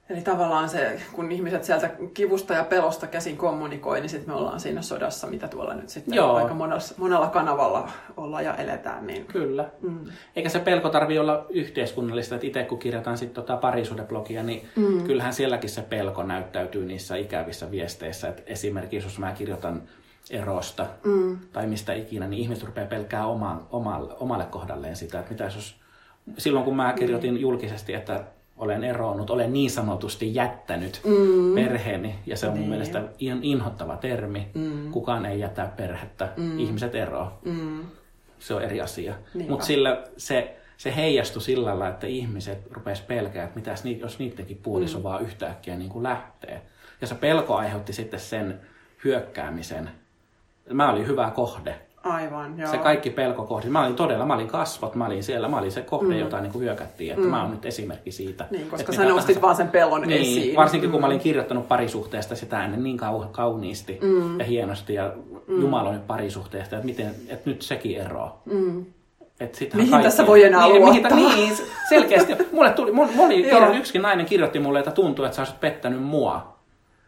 Eli tavallaan se, kun ihmiset sieltä kivusta ja pelosta käsin kommunikoi, niin sitten me ollaan siinä sodassa, mitä tuolla nyt sitten aika monella kanavalla ollaan ja eletään. Niin. Kyllä. Eikä se pelko tarvitse olla yhteiskunnallista. Että itse kun kirjataan sitten parisuhdeblogia, niin kyllähän sielläkin se pelko näyttäytyy niissä ikävissä viesteissä. Et esimerkiksi jos mä kirjoitan erosta tai mistä ikinä, niin ihmiset rupeaa pelkää omalle kohdalleen sitä. Että mitä jos, silloin kun mä kirjoitin julkisesti, että olen eronnut, olen niin sanotusti jättänyt perheeni, ja se on mun mielestä inhottava termi. Kukaan ei jätä perhettä, ihmiset eroaa. Se on eri asia. Mutta se heijastui sillä lailla, että ihmiset rupes pelkää, että mitäs jos niidenkin puoliso vaan yhtäkkiä niin kuin lähtee. Ja se pelko aiheutti sitten sen hyökkäämisen. Mä olin hyvä kohde. Aivan, joo. Se kaikki pelko kohti. Mä olin kasvot, mä olin siellä, mä olin se kohde, jota niin kuin hyökättiin. Että mä oon nyt esimerkki siitä. Niin, koska sä nostit vaan sen pelon esiin. Varsinkin kun mä olin kirjoittanut parisuhteesta sitä ennen niin kauniisti ja hienosti ja jumaloin parisuhteesta, että nyt sekin eroaa. Mihin tässä voi enää luottaa? Niin, selkeästi. Yksikin nainen kirjoitti mulle, että tuntuu, että sä olisit pettänyt mua.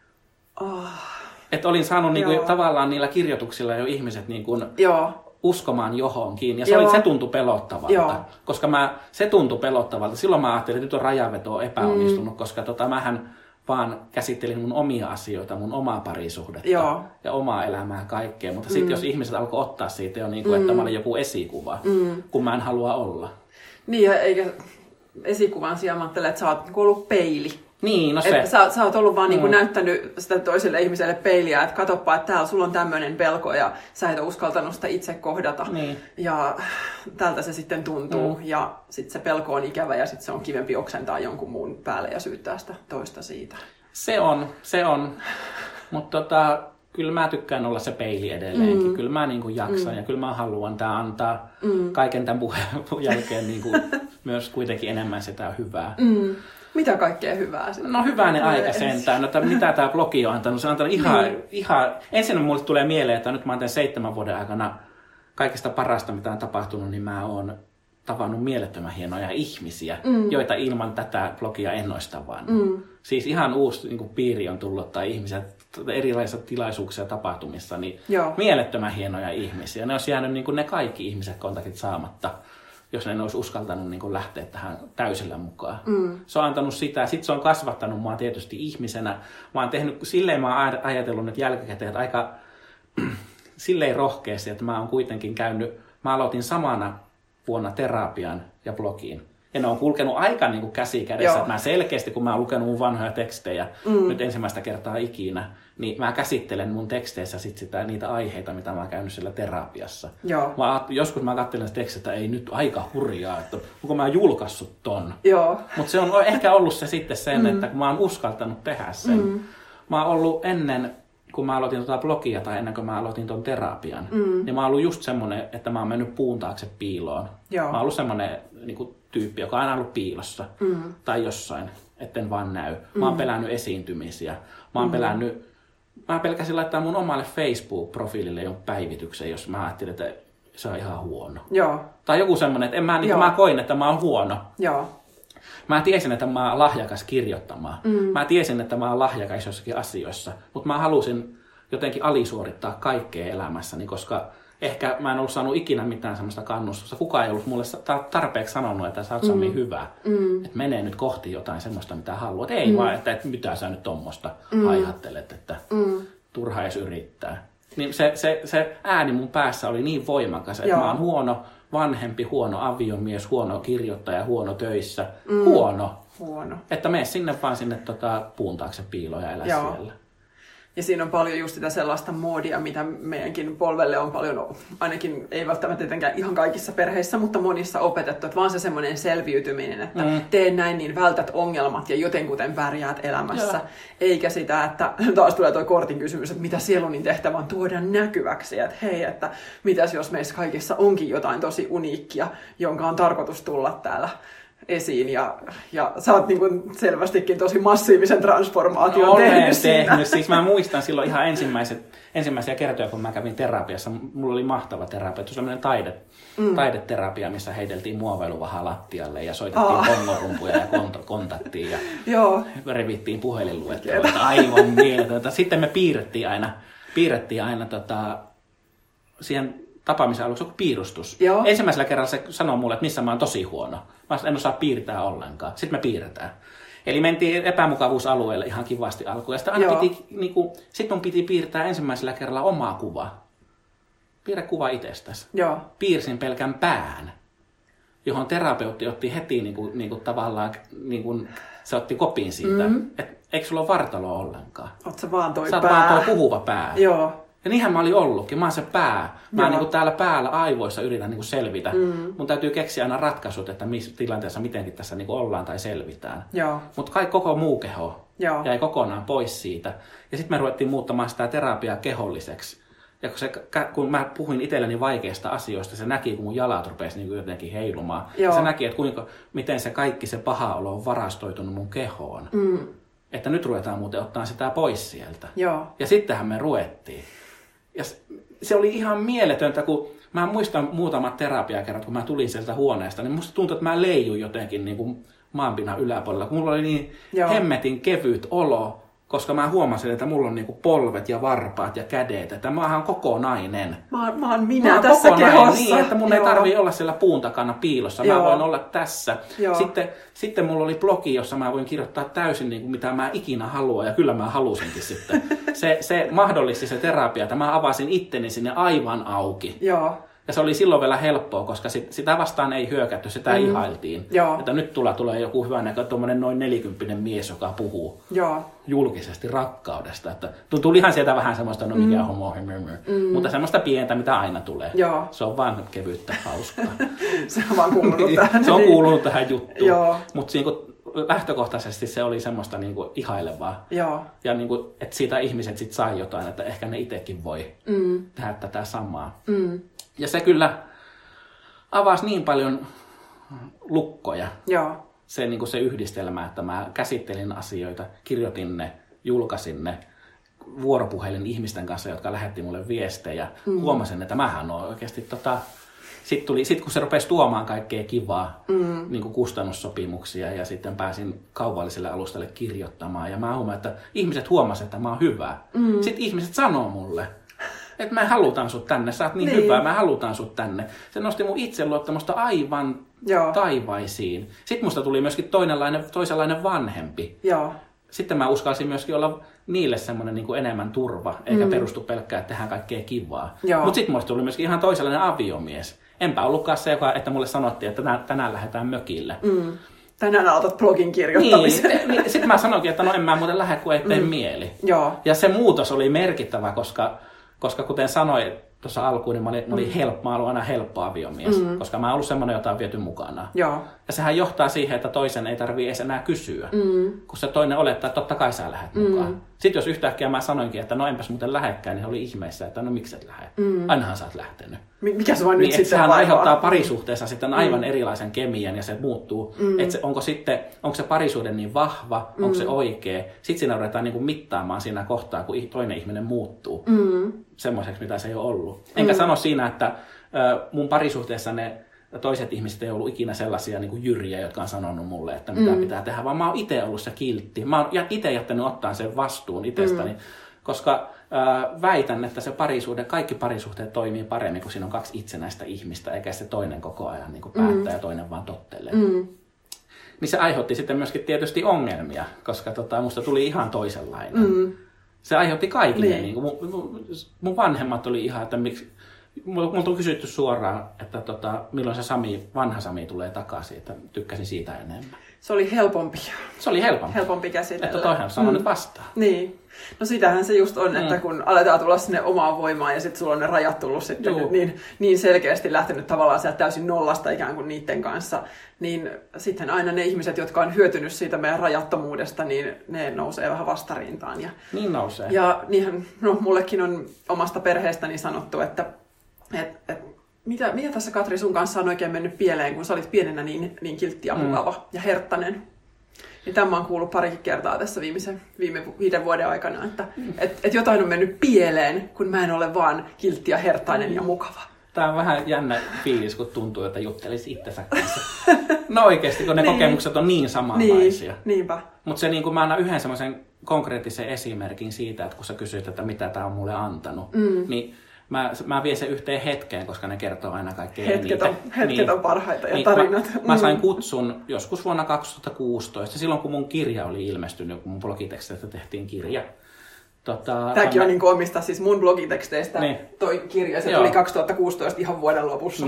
Että olin saanut niinku, tavallaan niillä kirjoituksilla jo ihmiset niinku, uskomaan johonkin. Ja se tuntui pelottavalta. Koska se tuntui pelottavalta. Silloin mä ajattelin, että nyt on rajaveto epäonnistunut, koska mähän vaan käsittelin mun omia asioita, mun omaa parisuhdetta ja omaa elämää kaikkea. Mutta sitten jos ihmiset alkoi ottaa siitä jo, niinku, että mä olin joku esikuva, kun mä en halua olla. Niin, eikä esikuvan sijaan mä ajattelen, että sä oot ollut peili. Niin, no se. Sä oot ollut vaan niinku näyttänyt sitä toiselle ihmiselle peiliä, että katoppa, että täällä sulla on tämmöinen pelko ja sä et ole uskaltanut sitä itse kohdata. Niin. Ja tältä se sitten tuntuu ja sitten se pelko on ikävä ja sitten se on kivempi oksentaa jonkun muun päälle ja syyttää sitä toista siitä. Se on. Mutta kyllä mä tykkään olla se peili edelleenkin. Kyllä mä niinku jaksan ja kyllä mä haluan antaa kaiken tämän puheen jälkeen niinku myös kuitenkin enemmän sitä hyvää. Mitä kaikkea hyvää? No hyvänen aika sentään. No, mitä tämä blogi on antanut? Se on antanut ihan... Ensin mulle tulee mieleen, että nyt mä oon 7 vuoden aikana kaikista parasta, mitä on tapahtunut, niin mä oon tavannut mielettömän hienoja ihmisiä, joita ilman tätä blogia en olisi tavannut. Siis ihan uusi niin kuin piiri on tullut tai ihmiset erilaisissa tilaisuuksissa ja tapahtumissa, niin mielettömän hienoja ihmisiä. Ne olisi jäänyt niin kuin ne kaikki ihmiset kontaktit saamatta, jos ne olisi uskaltanut niin kuin lähteä tähän täysillä mukaan. Se on antanut sitä. Sitten se on kasvattanut mua tietysti ihmisenä. Mä oon tehnyt, silleen mä oon ajatellut nyt jälkikäteen, että aika silleen rohkeasti, että mä oon kuitenkin mä aloitin samana vuonna terapian ja blogiin. Ja ne on kulkenut aika niin kuin käsi kädessä. Mä selkeästi, kun mä oon lukenut mun vanhoja tekstejä nyt ensimmäistä kertaa ikinä, niin mä käsittelen mun teksteissä niitä aiheita, mitä mä oon käynyt siellä terapiassa. Joskus mä katselen tekstiä, että ei nyt aika hurjaa, että onko mä julkaissut ton. Mutta se on ehkä ollut se sitten sen, että kun mä oon uskaltanut tehdä sen. Mä oon ollut ennen, kun mä aloitin blogia tai ennen kuin mä aloitin ton terapian, niin mä oon ollut just semmonen, että mä oon mennyt puun taakse piiloon. Mä oon ollut semmonen niin tyyppi, joka on aina ollut piilossa tai jossain, etten vaan näy. Mä oon pelännyt esiintymisiä. Mä pelkäsin laittaa mun omalle Facebook-profiilille jo päivityksen, jos mä ajattelin, että se on ihan huono. Tai joku semmonen, että mä koin, että mä oon huono. Mä tiesin, että mä oon lahjakas kirjoittamaan. Mä tiesin, että mä oon lahjakas jossakin asioissa. Mutta mä halusin jotenkin alisuorittaa kaikkea elämässäni, koska ehkä mä en ollut saanut ikinä mitään semmoista kannustusta. Kukaan ei ollut mulle tarpeeksi sanonut, että sä oot Sami hyvä. Että menee nyt kohti jotain semmoista, mitä haluat. Ei vaan, että mitä sä nyt tommoista haihattelet, että turha edes yrittää. Niin se ääni mun päässä oli niin voimakas, että mä oon huono vanhempi, huono aviomies, huono kirjoittaja, huono töissä. Huono. Että mene sinne vaan sinne puun taakse piiloon ja elä siellä. Ja siinä on paljon just sitä sellaista moodia, mitä meidänkin polvelle on paljon, ainakin ei välttämättä tietenkään ihan kaikissa perheissä, mutta monissa opetettu, että vaan se semmoinen selviytyminen, että tee näin, niin vältät ongelmat ja jotenkuten pärjäät elämässä. Eikä sitä, että taas tulee tuo kortin kysymys, että mitä sielunin tehtävä on tuoda näkyväksi, että hei, että mitäs jos meissä kaikissa onkin jotain tosi uniikkia, jonka on tarkoitus tulla täällä esiin ja sä oot niin kuin selvästikin tosi massiivisen transformaation tehnyt siinä. Siis mä muistan silloin ihan ensimmäisiä kertoja, kun mä kävin terapiassa. Mulla oli mahtava terapia, sellainen taideterapia, missä heiteltiin muovailuvahaa lattialle ja soitettiin pongorumpuja ja kontattiin ja revittiin puhelinluetteloita. Aivan mieletöntä. Sitten me piirrettiin aina siihen tapaamisen aluksi joku piirustus. Joo. Ensimmäisellä kerralla se sanoi mulle, että missä mä oon tosi huono. Mä en osaa piirtää ollenkaan. Sitten me piirretään. Eli mentiin epämukavuusalueelle ihan kivasti alkuun. Ja sitten mun piti piirtää ensimmäisellä kerralla omaa kuvaa. Piirrä kuva itsestäsi. Joo. Piirsin pelkän pään, johon terapeutti otti heti tavallaan, se otti kopin siitä. Eikö sulla ole vartaloa ollenkaan? Oot sä vaan toi sä pää. Sä oot vaan toi puhuva pää. Joo. Ja niinhän mä olin ollutkin. Mä oon se pää. Mä täällä päällä aivoissa yritän selvitä. Mun täytyy keksiä aina ratkaisut, että missä tilanteessa mitenkin tässä ollaan tai selvitään. Mutta koko muu keho jäi kokonaan pois siitä. Ja sitten me ruvettiin muuttamaan sitä terapiaa keholliseksi. Ja kun mä puhuin itselleni vaikeista asioista, se näki, kun mun jalat rupesi jotenkin heilumaan. Se näki, että miten se kaikki se paha olo on varastoitunut mun kehoon. Että nyt ruvetaan muuten ottaa sitä pois sieltä. Ja sittenhän me ruvettiin. Ja se oli ihan mieletöntä, kun mä muistan muutamat terapiakerrat, kun mä tulin sieltä huoneesta, niin musta tuntui, että mä leijun jotenkin niin kuin maanpinnan yläpuolella. Kun mulla oli niin hemmetin kevyt olo, koska mä huomasin, että mulla on niin kuin polvet ja varpaat ja kädet, että mä oon kokonainen. Mä oon minä tässä kehossa. Niin, että mun ei tarvii olla siellä puun takana piilossa, mä voin olla tässä. Sitten mulla oli blogi, jossa mä voin kirjoittaa täysin niin kuin mitä mä ikinä haluan, ja kyllä mä halusinkin sitten. Se mahdollisti se terapia, että mä avasin itteni sinne aivan auki. Ja se oli silloin vielä helppoa, koska sitä vastaan ei hyökätty, sitä ihailtiin. Että nyt tulee joku hyvä näkö, tuommoinen noin 40 mies, joka puhuu julkisesti rakkaudesta. Että tulihan sieltä vähän semmoista, no mikä homo, mutta semmoista pientä, mitä aina tulee. Se on vaan kevyttä, hauskaa. Se on vaan kuulunut tähän. Se on kuulunut tähän juttuun. Mutta lähtökohtaisesti se oli semmoista ihailevaa. Ja että siitä ihmiset sit sai jotain, että ehkä ne itsekin voi tehdä tätä samaa. Ja se kyllä avasi niin paljon lukkoja. Se yhdistelmä, että mä käsittelin asioita, kirjoitin ne, julkaisin ne, vuoropuhelin ihmisten kanssa, jotka lähetti mulle viestejä. Huomasin, että mähän on oikeasti Sitten kun se rupesi tuomaan kaikkea kivaa, niin kuin kustannussopimuksia, ja sitten pääsin kaupalliselle alustalle kirjoittamaan. Ja mä huomaan, että ihmiset huomasivat, että mä oon hyvä. Sitten ihmiset sanoo mulle, että me halutaan sut tänne, sä oot niin hyvä, me halutaan sut tänne. Se nosti mun itseluottamusta aivan taivaisiin. Sitten musta tuli myöskin toisenlainen vanhempi. Sitten mä uskalsin myöskin olla niille semmoinen niin kuin enemmän turva, eikä perustu pelkkään, että tehdään kaikkea kivaa. Mutta sitten musta tuli myöskin ihan toisenlainen aviomies. Enpä ollutkaan se, että mulle sanottiin, että tänään lähdetään mökille. Tänään aloitat blogin kirjoittamisen. Niin. Sitten mä sanoinkin, että no en mä muuten lähde, kun ei tee mieli. Ja se muutos oli merkittävä, koska kuten sanoin tuossa alkuun, niin mä olin aina helppo aviomies, koska mä oon ollut semmoinen, jota on viety mukana. Ja sehän johtaa siihen, että toisen ei tarvitse edes enää kysyä, kun se toinen olettaa, että totta kai sä lähdet mukaan. Sitten jos yhtäkkiä mä sanoinkin, että no enpäs muuten lähekkään, niin he oli ihmeessä, että no miksi et lähde? Ainahan sä oot lähtenyt. Mikä se on nyt sitten sehän aiheuttaa parisuhteessa sitten aivan erilaisen kemian ja se muuttuu. Että onko se parisuhde niin vahva, onko se oikea? Sitten siinä ruvetaan niin kuin mittaamaan siinä kohtaa, kun toinen ihminen muuttuu semmoiseksi, mitä se ei ole ollut. Enkä sano siinä, että mun parisuhteessa ne toiset ihmiset ei ollut ikinä sellaisia niin kuin jyriä, jotka on sanonut mulle, että mitä pitää tehdä, vaan mä oon itse ollut se kiltti. Mä oon itse jättänyt ottaa sen vastuun itsestäni, koska väitän, että se kaikki parisuhteet toimii paremmin, kun siinä on kaksi itsenäistä ihmistä, eikä se toinen koko ajan niin kuin päättää ja toinen vaan tottelee. Niin se aiheutti sitten myöskin tietysti ongelmia, koska musta tuli ihan toisenlainen. Se aiheutti kaikille. Niin kuin mun vanhemmat oli ihan, että miksi. Mulla on kysytty suoraan, että milloin se vanha Sami tulee takaisin, että tykkäsin siitä enemmän. Se oli helpompi. Se oli helpompi käsitellä. Että toihan sanoo nyt vastaan. Niin. No sitähän se just on, että kun aletaan tulla sinne omaan voimaan ja sitten sulla on ne rajat tullut sitten niin selkeästi lähtenyt tavallaan sieltä täysin nollasta ikään kuin niiden kanssa, niin sitten aina ne ihmiset, jotka on hyötynyt siitä meidän rajattomuudesta, niin ne nousee vähän vastarintaan. Niin nousee. Ja niinhän, mullekin on omasta perheestäni sanottu, että mitä tässä Katri sun kanssa on oikein mennyt pieleen, kun sä olit pienenä niin kiltti ja mukava ja herttainen? Niin tämä mä oon kuullut parikin kertaa tässä viime 5 vuoden aikana, että jotain on mennyt pieleen, kun mä en ole vaan kiltti ja herttainen ja mukava. Tämä on vähän jännä fiilis, kun tuntuu, että juttelisi itsensä kanssa. No oikeasti, kun ne kokemukset on niin samanlaisia. Niinpä. Mutta se mä annan yhden semmoisen konkreettisen esimerkin siitä, että kun sä kysyt, että mitä tämä on mulle antanut, niin mä vien sen yhteen hetkeen, koska ne kertoo aina kaikkein eniten. Hetket on parhaita ja tarinat. Mä sain kutsun joskus vuonna 2016, silloin kun mun kirja oli ilmestynyt, kun mun blogiteksteistä tehtiin kirja. Tämäkin on niin omista siis mun blogiteksteistä toi kirja, se tuli 2016 ihan vuoden lopussa.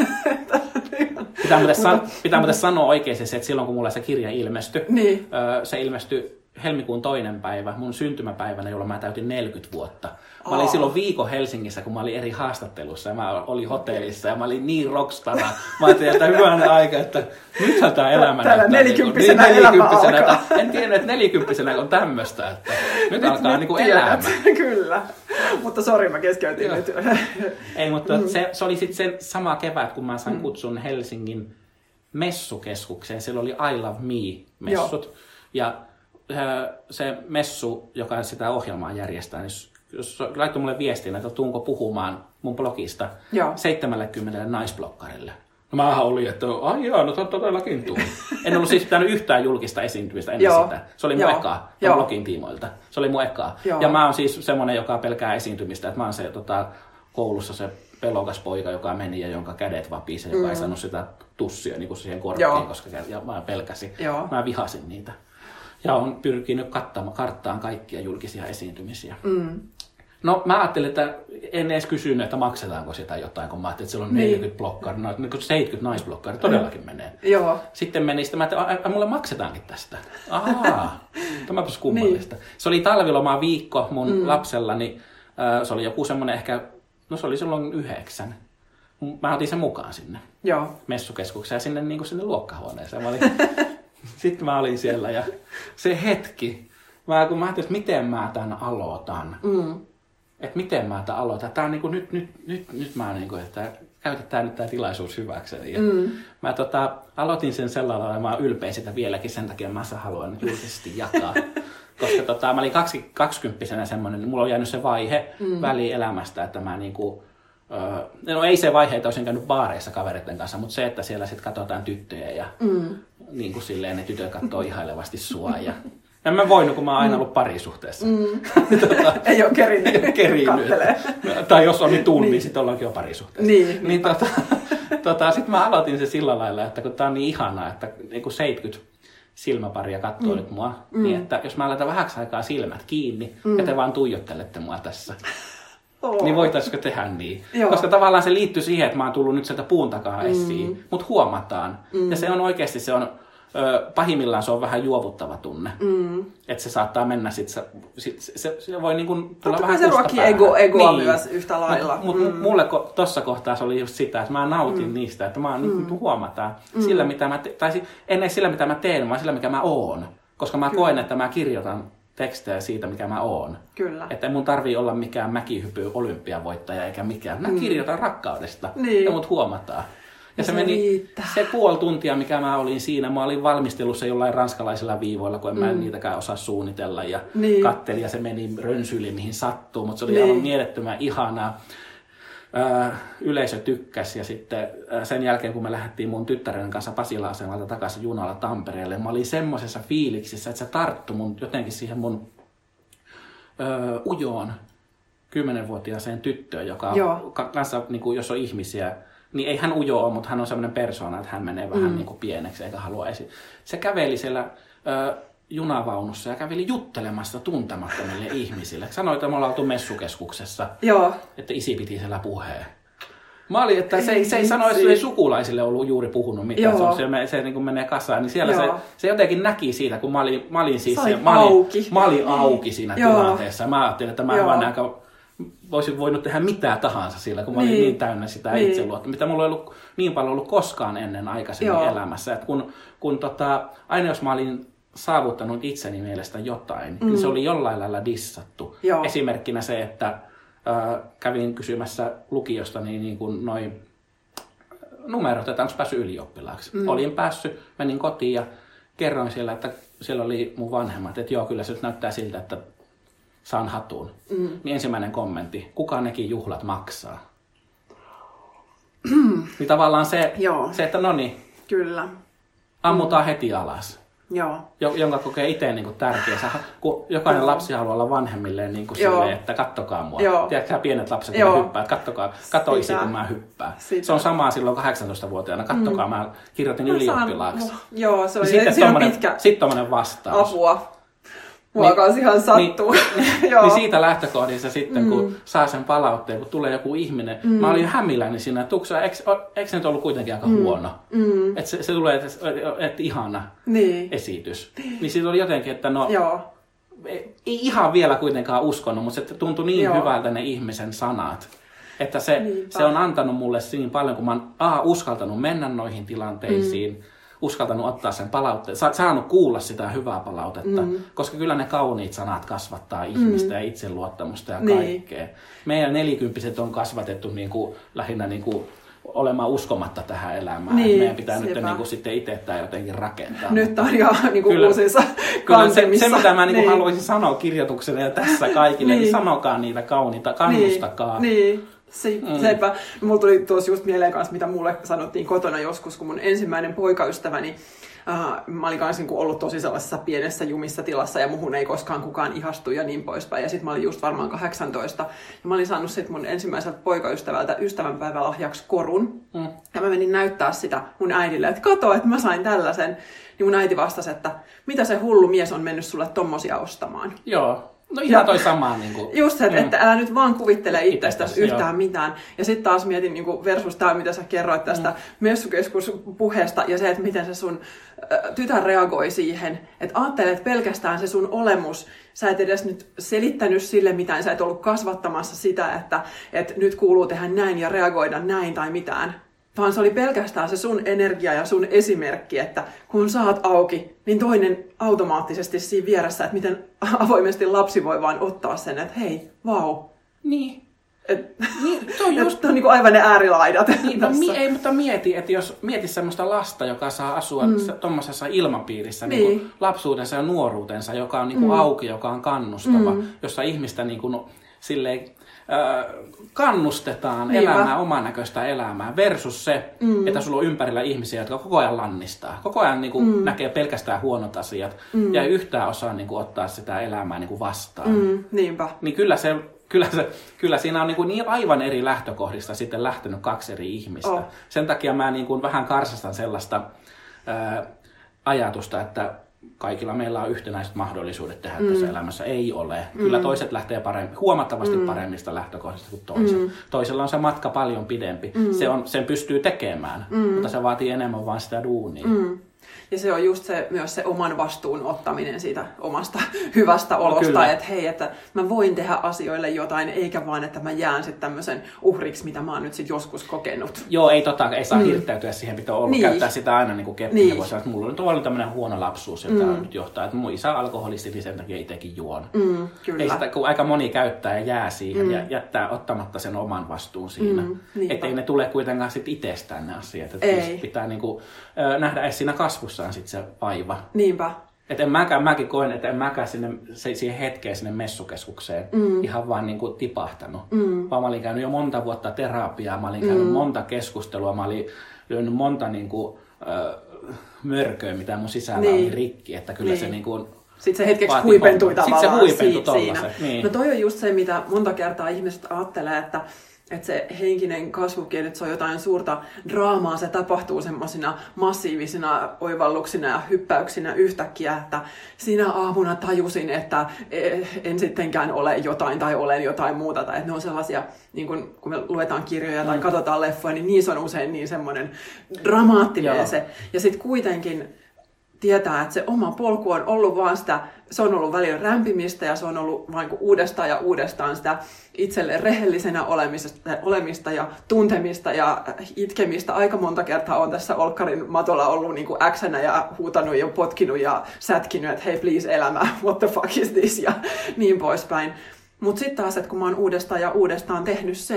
Pitää muuten sanoa oikein se, että silloin kun mulla se kirja ilmestyi, se ilmestyi helmikuun 2. päivä, mun syntymäpäivänä, jolloin mä täytin 40 vuotta. Mä olin silloin viikon Helsingissä, kun mä olin eri haastattelussa ja mä olin hotellissa ja mä olin niin rockstara. Mä ajattelin, että hyvänä aika, että nythän tää elämä näyttää. Täällä 40-vuotiaana elämä alkaa. En tiennyt, että 40-vuotiaana on tämmöistä, että nyt alkaa niinku elämä. Kyllä, mutta sori, mä keskeytin nyt. Ei, mutta se oli sitten sen sama kevät, kun mä sain kutsun Helsingin messukeskukseen. Siellä oli I Love Me-messut. Ja se messu, joka sitä ohjelmaa järjestää, niin jos laittoi mulle viestin, että tuunko puhumaan mun blogista 70 naisbloggarille. No mähän olin, että no todellakin tuun. En ollut siis pitänyt yhtään julkista esiintymistä ennen sitä. Se oli mun ekaa blogin tiimoilta. Se oli mun ekaa. Ja mä oon siis semmonen, joka pelkää esiintymistä, että mä oon se koulussa se pelokas poika, joka meni ja jonka kädet vapisi, joka ei saanut sitä tussia niin kuin siihen korkkiin, koska mä pelkäsin. Mä vihasin niitä. Ja on pyrkinyt karttaan kaikkia julkisia esiintymisiä. No mä ajattelin, että en edes kysynyt, että maksetaanko sitä jotain, kun mä ajattelin, että siellä on 40 bloggaria, no 70 naisbloggaria, todellakin menee. Sitten meni sitä, mä ajattelin, että mulle maksetaankin tästä. Tämäpäs kummallista. Se oli talvilomaa viikko mun lapsellani, se oli joku semmoinen ehkä, no se oli silloin 9. Mä otin sen mukaan sinne messukeskukseen ja sinne luokkahuoneeseen. Sitten mä olin siellä ja se hetki, kun mä ajattelin, että miten mä tämän aloitan. Että miten mä tämän aloitan. Tää on niin kuin nyt mä niin kuin, että käytetään nyt tämä tilaisuus hyväkseni. Ja mä aloitin sen sellainen lailla, mä oon ylpeä sitä vieläkin, sen takia mä haluan julkisesti jakaa. Koska mä olin 20-vuotiaana semmoinen, niin mulla on jäänyt se vaihe väliin elämästä, että mä niinku no ei se vaihe, että olisin käynyt baareissa kavereiden kanssa, mutta se, että siellä sitten katsotaan tyttöjä ja niin kuin silleen ne tytöt katsoo ihailevasti sua. Ja en mä voinut, kun mä oon aina ollut parisuhteessa. Ei ole kerinyt. Tai jos on niin tunni, niin sitten ollaankin jo parisuhteessa. Niin sitten mä aloitin se sillä lailla, että kun tää on niin ihanaa, että niin 70 silmäparia katsoo nyt mua, niin että jos mä laitan vähäksi aikaa silmät kiinni ja te vaan tuijottelette mua tässä, niin voitaisiko tehdä niin? Koska tavallaan se liittyy siihen, että mä oon tullut nyt sieltä puun takaa esiin, mutta huomataan. Ja se on oikeasti, pahimmillaan se on vähän juovuttava tunne. Että se saattaa mennä se voi niin kuin tulla vähän se ruokkii egoa myös yhtä lailla. Mutta mulle tossa kohtaa se oli just sitä, että mä nautin niistä, että mä oon huomataan sillä, mitä mä en edes sillä, mitä mä teen, vaan sillä, mikä mä oon. Koska mä koen, että mä kirjoitan tekstejä siitä, mikä mä oon. Kyllä. Että mun tarvii olla mikään mäkihypy olympiavoittaja eikä mikään. Mä kirjoitan rakkaudesta ja mut huomataan. Ja se meni se puoli tuntia, mikä mä olin siinä. Mä olin valmistelussa jollain ranskalaisilla viivoilla, kun en mä niitäkään osaa suunnitella. Ja kattelin ja se meni rönsyli mihin sattuu. Mutta se oli aivan mielettömän ihanaa. Yleisö tykkäsi ja sitten sen jälkeen, kun me lähdettiin mun tyttären kanssa Pasila-asemalta takaisin junalla Tampereelle, mä olin semmoisessa fiiliksissä, että se tarttui mun jotenkin siihen mun ujoon 10-vuotiaaseen tyttöön, joka kanssa, niin kuin, jos on ihmisiä, niin ei hän ujo ole, mutta hän on semmoinen persoona, että hän menee vähän niin kuin pieneksi eikä halua esiin. Se käveli siellä junavaunussa ja käveli juttelemassa tuntemattomille ihmisille. Sanoi, että me ollaan oltu messukeskuksessa, että isi piti siellä puheen. Mä olin, että se ei sano, että ei sukulaisille ollut juuri puhunut mitään. Se niin kuin menee kasaan, niin siellä se jotenkin näki siitä, kun mä olin siis mä olin auki siinä tilanteessa. Mä ajattelin, että mä en vaan voisin voinut tehdä mitä tahansa sillä, kun mä olin niin täynnä sitä itseluotta, mitä mulla ei ollut niin paljon ollut koskaan ennen aikaisemmin elämässä. Että kun aina jos mä olin saavuttanut itseni mielestä jotain, niin se oli jollain lailla dissattu. Esimerkkinä se, että kävin kysymässä lukiosta niin kuin noin numerot, että onko päässyt ylioppilaaksi. Olin päässyt, menin kotiin ja kerroin siellä, että siellä oli mun vanhemmat, että joo, kyllä se nyt näyttää siltä, että saan hatun. Niin ensimmäinen kommentti, kuka nekin juhlat maksaa? Niin tavallaan se että no niin, kyllä. ammutaan heti alas. Joo. Jonka kokee itse niin kuin tärkeänsä, kun jokainen lapsi haluaa olla vanhemmilleen niin kuin silleen, että kattokaa mua. Tiedätkö, pienet lapset, kun hyppää, että katso isi, kun mä hyppään. Se on samaa silloin 18-vuotiaana, kattokaa, mä kirjoitin ylioppilaaksi. Joo, se on pitkä. Sitten tommonen vastaus. Apua. Muakaan ihan sattuu. Niin siitä lähtökohdissa sitten, kun saa sen palautteen, kun tulee joku ihminen. Mä olin hämilläni siinä, että eikö se nyt ollut kuitenkin aika huono? Että se tulee, että ihana esitys. Niin siitä oli jotenkin, että no... Ei ihan vielä kuitenkaan uskonut, mutta se tuntui niin hyvältä ne ihmisen sanat. Että se on antanut mulle niin paljon, kun mä oon uskaltanut mennä noihin tilanteisiin. Uskaltanut ottaa sen palautteen, saanut kuulla sitä hyvää palautetta, koska kyllä ne kauniit sanat kasvattaa ihmistä ja itseluottamusta ja kaikkea. Meidän 40-vuotiaat on kasvatettu lähinnä olemaan uskomatta tähän elämään. Meidän pitää nyt sitten itse tämä jotenkin rakentaa. Nyt on jo uusissa kantemissa. Se mitä mä haluaisin sanoa kirjoituksena ja tässä kaikille, niin sanokaa niitä kauniita, kannustakaa. Sepä. Mulla tuli tuossa just mieleen kanssa, mitä mulle sanottiin kotona joskus, kun mun ensimmäinen poikaystäväni, mä olin kanssa ollut tosi sellaisessa pienessä jumissa tilassa ja muhun ei koskaan kukaan ihastu ja niin poispäin. Ja sit mä olin just varmaan 18 ja mä olin saanut sit mun ensimmäiseltä poikaystävältä ystävänpäivälahjaksi korun. Ja mä menin näyttää sitä mun äidille, että kato, että mä sain tällaisen. Niin mun äiti vastasi, että mitä se hullu mies on mennyt sulle tommosia ostamaan. Joo. No ihan toi sama. Just se, että älä nyt vaan kuvittele itsestäsi yhtään mitään. Ja sitten taas mietin versus tämä, mitä sä kerroit tästä messukeskuspuheesta ja se, että miten se sun tytär reagoi siihen. Että ajattele, että pelkästään se sun olemus, sä et edes nyt selittänyt sille mitään, sä et ollut kasvattamassa sitä, että nyt kuuluu tehdä näin ja reagoida näin tai mitään. Vaan se oli pelkästään se sun energia ja sun esimerkki, että kun sä oot auki, niin toinen automaattisesti siinä vieressä, että miten avoimesti lapsi voi vaan ottaa sen, että hei, vau. Niin. Se on just on aivan ne äärilaidat. Ei, mutta mieti, että jos mietit semmoista lasta, joka saa asua tuommoisessa ilmapiirissä lapsuutensa ja nuoruutensa, joka on auki, joka on kannustava, jossa ihmistä silleen... kannustetaan elämään oman näköistä elämää versus se, että sulla on ympärillä ihmisiä, jotka koko ajan lannistaa. Koko ajan näkee pelkästään huonot asiat ja ei yhtään osaa ottaa sitä elämää vastaan. Niinpä. Niin kyllä siinä on niin aivan eri lähtökohdista sitten lähtenyt kaksi eri ihmistä. Sen takia mä vähän karsastan sellaista ajatusta, että kaikilla meillä on yhtenäiset mahdollisuudet tehdä tässä elämässä. Ei ole. Kyllä toiset lähtee huomattavasti paremmista lähtökohdista kuin toiset. Toisella on se matka paljon pidempi. Sen pystyy tekemään, mutta se vaatii enemmän vaan sitä duunia. Ja se on just myös se oman vastuun ottaminen siitä omasta hyvästä olosta, että hei, että mä voin tehdä asioille jotain, eikä vaan, että mä jään sitten tämmöisen uhriksi, mitä mä oon nyt sitten joskus kokenut. Joo, ei saa hirttäytyä siihen, pitää olla, käyttää sitä aina keppinä. Voi sanoa, että mulla on ollut tämmöinen huono lapsuus, jota nyt johtaa, että mun isä on alkoholisti, niin sen takia itsekin juon. Kyllä. Ei sitä, kun aika moni käyttää ja jää siihen ja jättää ottamatta sen oman vastuun siinä. Että ei ne tule kuitenkaan sitten itsestään ne asiat. Että pitää nähdä edes siinä kasvussaan sitten se vaiva. Niinpä. Että mäkin koen, että en mäkään siihen hetkeen sinne messukeskukseen ihan vaan tipahtanut. Vaan mä olin käynyt jo monta vuotta terapiaa, mä olin käynyt monta keskustelua, mä olin lyönyt monta mörköä, mitä mun sisällä oli rikki. Että kyllä se sitten se hetkeksi huipentui tavallaan. Sitten se huipentui siinä. No toi on just se, mitä monta kertaa ihmiset ajattelee, että se henkinen kasvukin, että se on jotain suurta draamaa, se tapahtuu semmoisina massiivisina oivalluksina ja hyppäyksinä yhtäkkiä, että sinä aamuna tajusin, että en sittenkään ole jotain tai olen jotain muuta. Tai että ne on sellaisia, niin kun me luetaan kirjoja tai katsotaan leffoja, niin niissä on usein niin semmoinen dramaattinen se. Ja sitten kuitenkin tietää, että se oma polku on ollut vaan sitä, se on ollut välillä rämpimistä ja se on ollut vain uudestaan ja uudestaan sitä itselle rehellisenä olemista ja tuntemista ja itkemistä. Aika monta kertaa on tässä olkkarin matolla ollut äksänä ja huutanut ja potkinut ja sätkinyt, että hei please elämä, what the fuck is this ja niin poispäin. Mutta sitten taas, että kun mä oon uudestaan ja uudestaan tehnyt sen,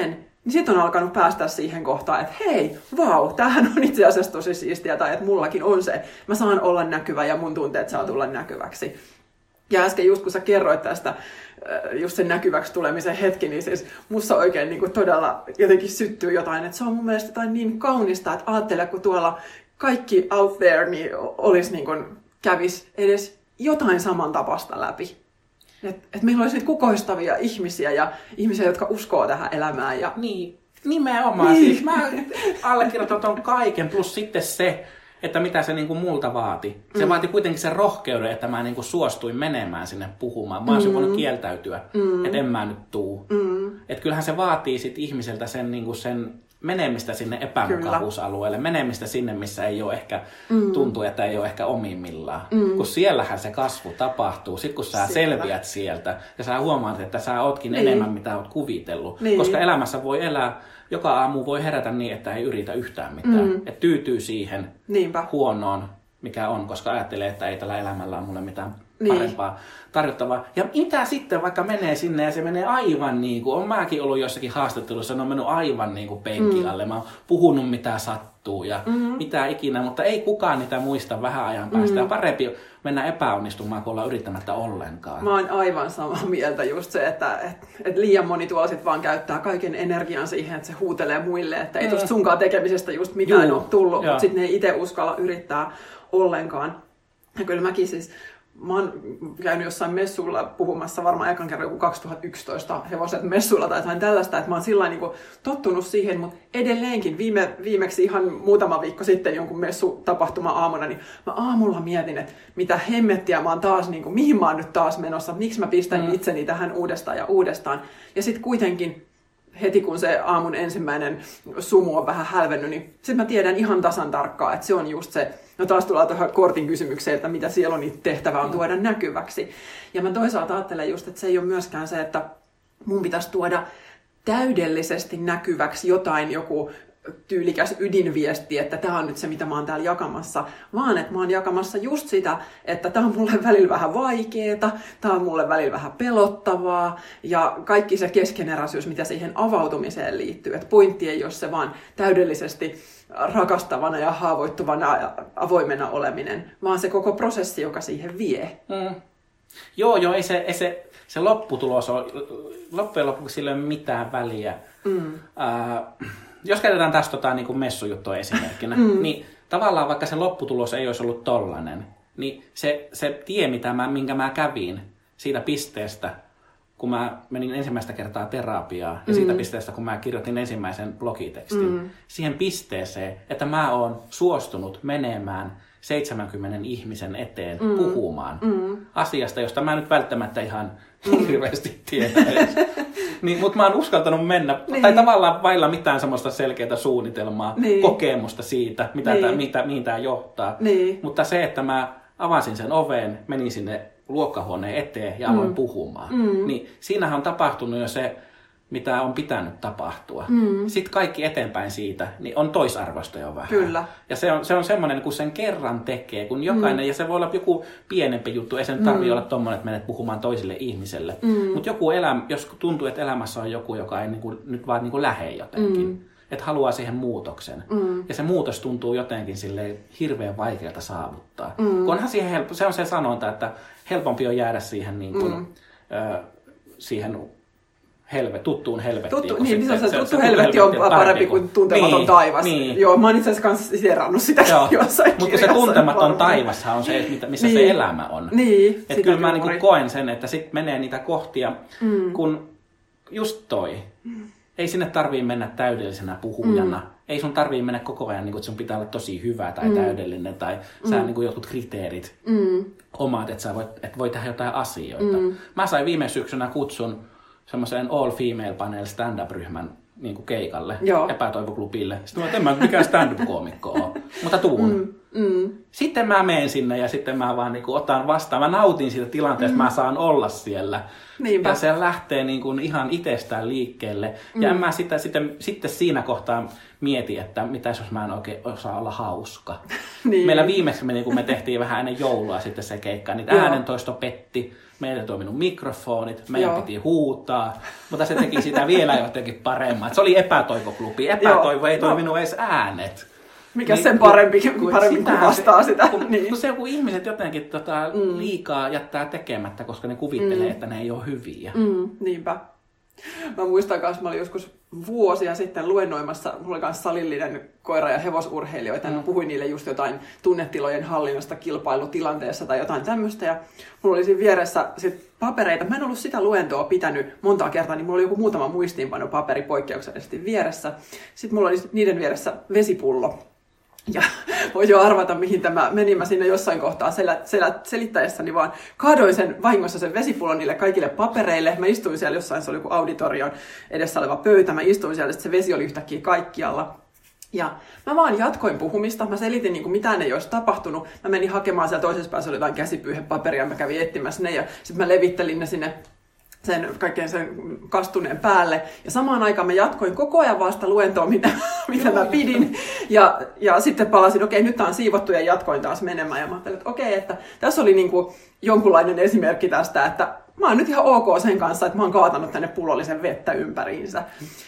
niin sitten on alkanut päästä siihen kohtaan, että hei, vau, tämähän on itse asiassa tosi siistiä, tai että mullakin on se, mä saan olla näkyvä ja mun tunteet saa tulla näkyväksi. Ja äsken just kun sä kerroit tästä, just sen näkyväksi tulemisen hetki, niin siis musta oikein niin kuin todella jotenkin syttyy jotain, että se on mun mielestä jotain niin kaunista, että ajattele, kun tuolla kaikki out there niin olisi niin kuin kävis edes jotain samantapaista läpi. Että meillä olisi kukoistavia ihmisiä ja ihmisiä, jotka uskoo tähän elämään. Ja... Niin, nimenomaan. Niin. Siis mä allekirjoitan ton kaiken, plus sitten se, että mitä se niinku multa vaati. Se vaati kuitenkin sen rohkeuden, että mä niinku suostuin menemään sinne puhumaan. Mä olisin voinut kieltäytyä, että en mä nyt tuu. Että kyllähän se vaatii sit ihmiseltä sen, niinku sen menemistä sinne epämukavuusalueelle, menemistä sinne, missä ei ole ehkä, tuntuu, että ei ole ehkä omimmillaan. Kun siellähän se kasvu tapahtuu. Sitten kun sä selviät sieltä ja sä huomaat, että sä ootkin enemmän, mitä oot kuvitellut. Koska elämässä voi elää, joka aamu voi herätä niin, että ei yritä yhtään mitään. Että tyytyy siihen huonoon, mikä on, koska ajattelee, että ei tällä elämällä ole mulle mitään parempaa tarjottavaa. Ja mitä sitten, vaikka menee sinne ja se menee aivan niin kuin, on mäkin ollut jossakin haastattelussa, ne on mennyt aivan niin kuin penkin alle. Mä oon puhunut mitä sattuu ja mitä ikinä, mutta ei kukaan niitä muista vähän ajan päästä. Ja parempi mennä epäonnistumaan, kun ollaan yrittämättä ollenkaan. Mä oon aivan samaa mieltä just se, että liian moni tuolla sit vaan käyttää kaiken energian siihen, että se huutelee muille, että ei tuosta sunkaan tekemisestä just mitään ole tullut, mutta sitten ne ei itse uskalla yrittää ollenkaan. Ja kyllä mäkin siis, mä oon käynyt jossain messuilla puhumassa varmaan ekan kerran joku 2011 hevoset messuilla tai jotain tällaista, että mä oon sillä niin tottunut siihen, mutta edelleenkin viimeksi ihan muutama viikko sitten jonkun messutapahtuma aamuna, niin mä aamulla mietin, että mitä hemmettiä mä oon taas, niin kuin, mihin mä oon nyt taas menossa, miksi mä pistän itseni tähän uudestaan ja uudestaan. Ja sitten kuitenkin heti kun se aamun ensimmäinen sumu on vähän hälvennyt, niin sitten mä tiedän ihan tasan tarkkaan, että se on just se, no taas tullaan tuohon Kortin kysymykseen, että mitä sieluni tehtävä on tuoda näkyväksi. Ja mä toisaalta ajattelen just, että se ei ole myöskään se, että mun pitäisi tuoda täydellisesti näkyväksi joku tyylikäs ydinviesti, että tämä on nyt se, mitä mä oon täällä jakamassa, vaan että mä oon jakamassa just sitä, että tämä on mulle välillä vähän vaikeeta, tämä on mulle välillä vähän pelottavaa, ja kaikki se keskeneräisyys, mitä siihen avautumiseen liittyy, että pointti ei ole se vaan täydellisesti rakastavana ja haavoittuvana ja avoimena oleminen, vaan se koko prosessi, joka siihen vie. Joo, ei se lopputulos on, loppujen lopuksi sillä ei ole mitään väliä. Jos käytetään tästä niin kuin messujuttua esimerkkinä, niin tavallaan vaikka se lopputulos ei olisi ollut tollainen, niin se tie, minkä mä kävin siitä pisteestä, kun mä menin ensimmäistä kertaa terapiaa, ja siitä pisteestä, kun mä kirjoitin ensimmäisen blogitekstin, siihen pisteeseen, että mä oon suostunut menemään 70 ihmisen eteen puhumaan asiasta, josta mä nyt välttämättä ihan hirveästi tiedä edes. Mutta mä oon uskaltanut mennä, tai tavallaan vailla mitään semmoista selkeää suunnitelmaa, kokemusta siitä, mihin tämä johtaa. Mutta se, että mä avasin sen oven, menin sinne luokkahuoneen eteen ja aloin puhumaan, niin siinähän on tapahtunut jo se, mitä on pitänyt tapahtua. Sitten kaikki eteenpäin siitä, niin on toisarvoista jo vähän. Kyllä. Ja se on semmoinen, kun sen kerran tekee, kun jokainen, ja se voi olla joku pienempi juttu, ei sen tarvitse olla tommoinen, että menet puhumaan toisille ihmiselle. Mutta jos tuntuu, että elämässä on joku, joka ei nyt vaan lähde jotenkin, että haluaa siihen muutoksen. Ja se muutos tuntuu jotenkin silleen hirveän vaikealta saavuttaa. Onhan siihen se on se sanonta, että helpompi on jäädä siihen siihen tuttuun helvettiin. Tuttu helvetti on parempi kuin tuntematon taivas. Joo, mä oon itse asiassa kanssa siterannut sitä jossain mutta se tuntematon taivashan on se, missä se elämä on. Että kyllä mä koen sen, että sit menee niitä kohtia, kun just toi. Ei sinne tarvii mennä täydellisenä puhujana. Ei sun tarvii mennä koko ajan, että sun pitää olla tosi hyvä tai täydellinen tai sä jotkut kriteerit omat, että sä voit tehdä jotain asioita. Mä sain viime syksynä kutsun semmoiseen all-female panel stand-up-ryhmän keikalle, epätoivoklubille. Sitten mä en mikään stand-up-koomikko ole, mutta tuun. Sitten mä menen sinne ja sitten mä vaan niin kuin otan vastaan. Mä nautin siitä tilanteesta, mä saan olla siellä. Niinpä. Ja se lähtee niin kuin ihan itsestään liikkeelle. Ja en mä sitten siinä kohtaa mieti, että mitäs jos mä en oikein osaa olla hauska. Niin. Meillä viimeksi meni, kun me tehtiin vähän ennen joulua sitten se keikka, niin äänentoisto petti. Meillä ei toiminut mikrofonit, meidän piti huutaa, mutta se teki sitä vielä jotenkin paremmin. Se oli epätoivoklubi. Epätoivo ei toiminut edes äänet. Mikä niin, sen paremmin kuvastaa sitä. Kun ihmiset jotenkin liikaa jättää tekemättä, koska ne kuvittelee, että ne ei ole hyviä. Niinpä. Mä muistan kanssa, mä olin joskus vuosia sitten luennoimassa, mulla oli kanssa salillinen koira- ja hevosurheilijoita, ja puhuin niille just jotain tunnetilojen hallinnasta kilpailutilanteessa tai jotain tämmöistä, ja mulla oli siinä vieressä sit papereita. Mä en ollut sitä luentoa pitänyt montaa kertaa, niin mulla oli joku muutama muistiinpanopaperi poikkeuksellisesti vieressä. Sitten mulla oli niiden vieressä vesipullo. Ja voi jo arvata, mihin tämä meni. Mä siinä jossain kohtaa selittäessäni vaan kaadoin sen vahingossa sen vesipullon niille kaikille papereille. Mä istuin siellä jossain, se oli joku auditorion edessä oleva pöytä. Mä istuin siellä, että se vesi oli yhtäkkiä kaikkialla. Ja mä vaan jatkoin puhumista. Mä selitin, niin kuin mitään ei olisi tapahtunut. Mä menin hakemaan siellä toisessa päässä, oli jotain käsipyyhepaperia. Mä kävin etsimässä ne ja sitten mä levittelin ne sinne sen kaikkein sen kastuneen päälle. Ja samaan aikaan mä jatkoin koko ajan vasta luentoa, mitä mä pidin. Ja sitten palasin, okei, nyt tää on siivottu ja jatkoin taas menemään. Ja mä ajattelin, että okei, että tässä oli niinku jonkunlainen esimerkki tästä, että mä oon nyt ihan ok sen kanssa, että mä oon kaatanut tänne pullollisen vettä ympäriinsä.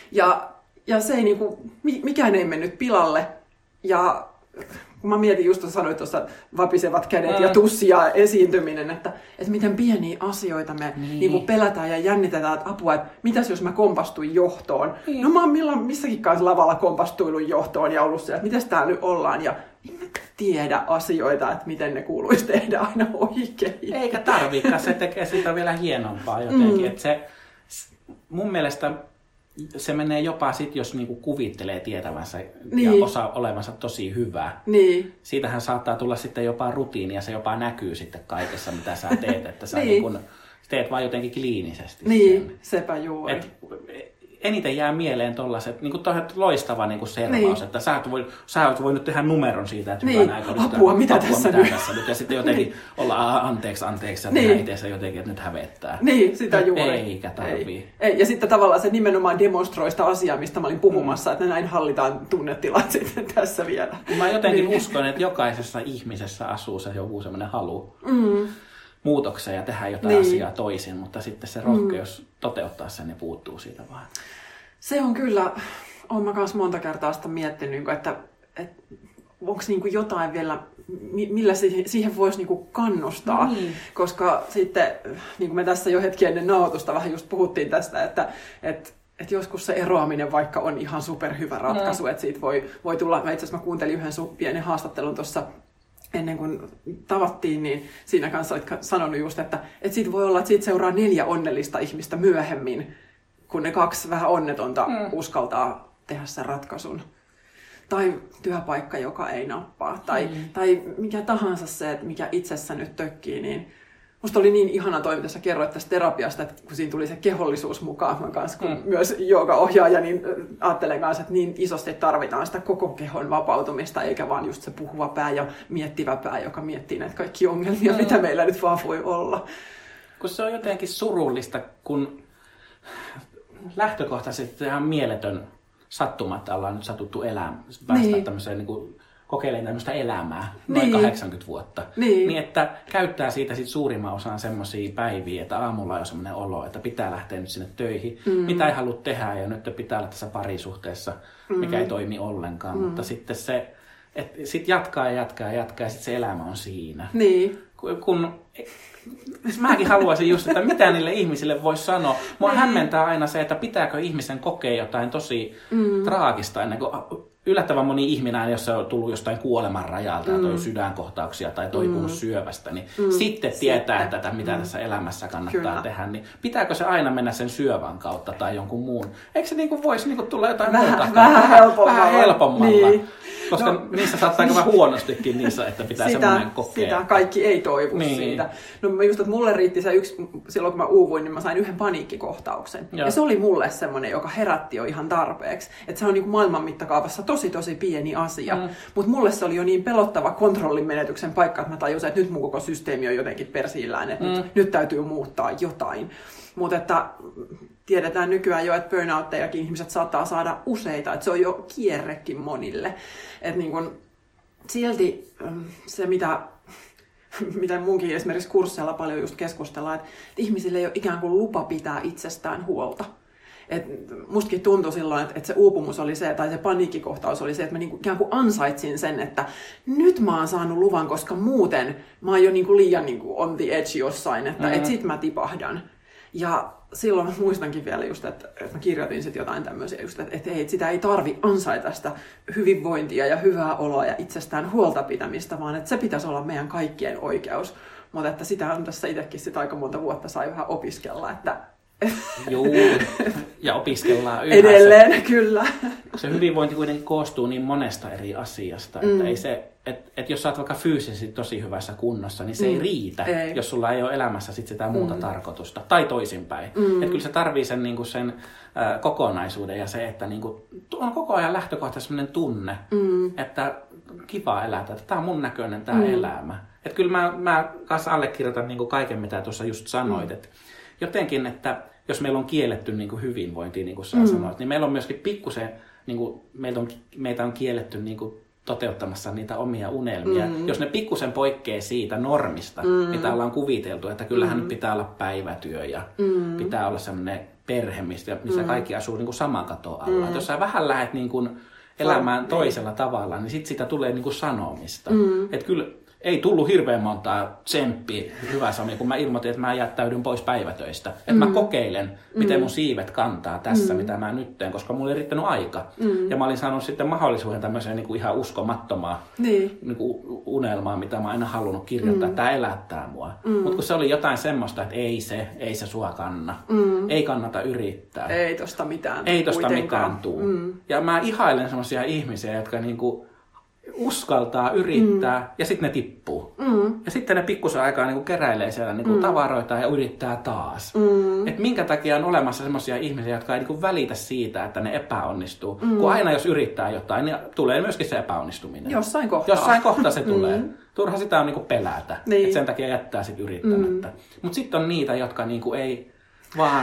Ja se ei niinku, mikään ei mennyt pilalle. Ja kun mä mietin just, että sanoit tuossa vapisevat kädet ja tussi ja esiintyminen, että miten pieniä asioita me niin pelätään ja jännitetään, että apua, että mitäs jos mä kompastuin johtoon. No mä oon milloin missäkin kanssa lavalla kompastuillut johtoon ja ollut siellä, että mitäs täällä nyt ollaan. Ja en mä tiedä asioita, että miten ne kuuluisi tehdä aina oikein. Eikä tarvikaan, se tekee sitä vielä hienompaa jotenkin. Että se, mun mielestä se menee jopa sit, jos niinku kuvittelee tietävänsä ja osaa olevansa tosi hyvää. Niin. Siitähän saattaa tulla sitten jopa rutiini ja se jopa näkyy sitten kaikessa, mitä sä teet. Että sä niinku teet vaan jotenkin kliinisesti sen. Sepä juuri. Eniten jää mieleen tollaset, niinku loistava niinku servaus, että sä oot voinut tehdä numeron siitä, että hyvän aikaa. Apua, mitä tässä nyt? Ja sitten jotenkin olla anteeksi ja tehdä itseänsä jotenkin, että nyt hävettää. Niin, sitä juuri. Eikä tarvii. Ei. Ja sitten tavallaan se nimenomaan demonstroi sitä asiaa, mistä mä olin puhumassa, että näin hallitaan tunnetilat sitten tässä vielä. Mä jotenkin uskon, että jokaisessa ihmisessä asuu se joku semmoinen halu muutokseen ja tehdä jotain asiaa toisin, mutta sitten se rohkeus toteuttaa sen ja puuttuu siitä vaan. Se on kyllä, olen mä kanssa monta kertaa sitä miettinyt, että onko niinku jotain vielä, millä siihen voisi niinku kannustaa, koska sitten, niin kuin me tässä jo hetki ennen nauhoitusta vähän just puhuttiin tästä, että joskus se eroaminen vaikka on ihan superhyvä ratkaisu, että siitä voi tulla, itse asiassa mä kuuntelin yhden pienen haastattelun tuossa ennen kuin tavattiin, niin siinä kanssa olet sanonut just, että siitä voi olla, että siitä seuraa 4 onnellista ihmistä myöhemmin, kun ne 2 vähän onnetonta uskaltaa tehdä sen ratkaisun. Tai työpaikka, joka ei nappaa. Tai mikä tahansa se, että mikä itsessä nyt tökkii, niin musta oli niin ihana toi, mitä sä kerroit tästä terapiasta, että kun siinä tuli se kehollisuus mukaan kanssa, kun myös joogaohjaaja, niin ajattelen kanssa, että niin isosti tarvitaan sitä koko kehon vapautumista, eikä vaan just se puhuva pää ja miettivä pää, joka miettii näitä kaikki ongelmia, mitä meillä nyt vaan voi olla. Kun se on jotenkin surullista, kun lähtökohtaisesti ihan mieletön sattuma, että ollaan nyt satuttu päästä tämmöiseen niin kuin kokeilemaan tämmöistä elämää noin 80 vuotta. Niin, että käyttää siitä sit suurimman osan semmoisia päiviä, että aamulla on semmoinen olo, että pitää lähteä nyt sinne töihin. Mitä ei halua tehdä ja nyt pitää olla tässä parisuhteessa, mikä ei toimi ollenkaan. Mutta sitten se, että sit jatkaa ja sitten se elämä on siinä. Niin. Kun mäkin haluaisin just, että mitä niille ihmisille voisi sanoa. Mua hämmentää aina se, että pitääkö ihmisen kokea jotain tosi traagista ennen kuin yllättävän moni ihminen, jos se on tullut jostain kuoleman rajalta ja toi sydänkohtauksia tai toipunut syövästä, niin sitten tietää tätä, mitä tässä elämässä kannattaa tehdä. Niin pitääkö se aina mennä sen syövän kautta tai jonkun muun? Eikö se voisi tulla jotain muuta? Vähän helpommalla. Niin. Koska niissä saattaa käydä huonostikin niissä, että pitää semmoinen kokea. Sitä kaikki ei toivu siitä. No just, että mulle riitti se yksi, silloin kun mä uuvuin, niin mä sain yhden paniikkikohtauksen. Ja se oli mulle semmoinen, joka herätti jo ihan tarpeeksi. Että se on niin kuin maailman mittakaavassa tosi pieni asia. Mutta mulle se oli jo niin pelottava kontrollin menetyksen paikka, että mä tajusin, että nyt mun koko systeemi on jotenkin persiillään, että nyt täytyy muuttaa jotain. Mutta että tiedetään nykyään jo, että burnouttejakin ihmiset saattaa saada useita, että se on jo kierrekin monille. Että niin kun, silti se, mitä munkin esimerkiksi kursseilla paljon just keskustellaan, että ihmisille ei ole ikään kuin lupa pitää itsestään huolta. Et mustakin tuntui silloin, että se uupumus oli se, tai se paniikkikohtaus oli se, että mä niinku ikään kuin ansaitsin sen, että nyt mä oon saanut luvan, koska muuten mä oon jo niinku liian niinku on the edge jossain, että et sit mä tipahdan. Ja silloin mä muistankin vielä just, että mä kirjoitin sit jotain tämmöisiä just, että sitä ei tarvi ansaita sitä hyvinvointia ja hyvää oloa ja itsestään huolta pitämistä, vaan että se pitäisi olla meidän kaikkien oikeus. Mutta että sitä on tässä itsekin sit aika monta vuotta sai vähän opiskella, että Juu, ja opiskellaan yhdessä. Edelleen, kyllä. Se hyvinvointi kuitenkin koostuu niin monesta eri asiasta, että ei se, että jos sä oot vaikka fyysisesti tosi hyvässä kunnossa, niin se ei riitä, jos sulla ei ole elämässä sit sitä muuta tarkoitusta. Tai toisinpäin. Että kyllä se tarvii sen, niinku sen kokonaisuuden ja se, että niinku, on koko ajan lähtökohtaisesti sellainen tunne, että kiva elätä, että tää on mun näköinen tää elämä. Että kyllä mä kanssa allekirjoitan niinku kaiken, mitä tuossa just sanoit, että jotenkin, että jos meillä on kielletty niin kuin hyvinvointia, niin kuin sä sanoit, niin meillä on myöskin pikkusen, niin kuin meitä on kielletty niin kuin toteuttamassa niitä omia unelmia. Jos ne pikkusen poikkeaa siitä normista, mitä ollaan kuviteltu, että kyllähän nyt pitää olla päivätyö ja pitää olla semmoinen perhe, missä kaikki asuu niin kuin saman katon alla. Jos sä vähän lähdet niin kuin elämään toisella tavalla, niin sit siitä tulee niin kuin sanomista. Että kyllä ei tullut hirveän montaa tsemppiä, hyvä Sami, kun mä ilmoitin, että mä jättäydyn pois päivätöistä. Että mä kokeilen, miten mun siivet kantaa tässä, mitä mä nyt teen, koska mulla ei riittänyt aika. Ja mä olin saanut sitten mahdollisuuden tämmöiseen niin kuin ihan uskomattomaan niin kuin unelmaan, mitä mä oon aina halunnut kirjoittaa. Tää elättää mua. Mutta kun se oli jotain semmoista, että ei se sua kanna. Ei kannata yrittää. Ei tosta mitään. Ei tosta mitään tuu. Ja mä ihailen semmoisia ihmisiä, jotka niinku uskaltaa yrittää ja sitten ne tippuu. Ja sitten ne pikkusen aikaa niinku keräilee siellä niinku tavaroita ja yrittää taas. Et minkä takia on olemassa semmoisia ihmisiä, jotka ei niinku välitä siitä, että ne epäonnistuu. Kun aina jos yrittää jotain, niin tulee myöskin se epäonnistuminen. Jossain kohtaa se tulee. Turha sitä on niinku pelätä. Niin. Et sen takia jättää sit yrittämättä. Mutta sitten on niitä, jotka niinku ei vaan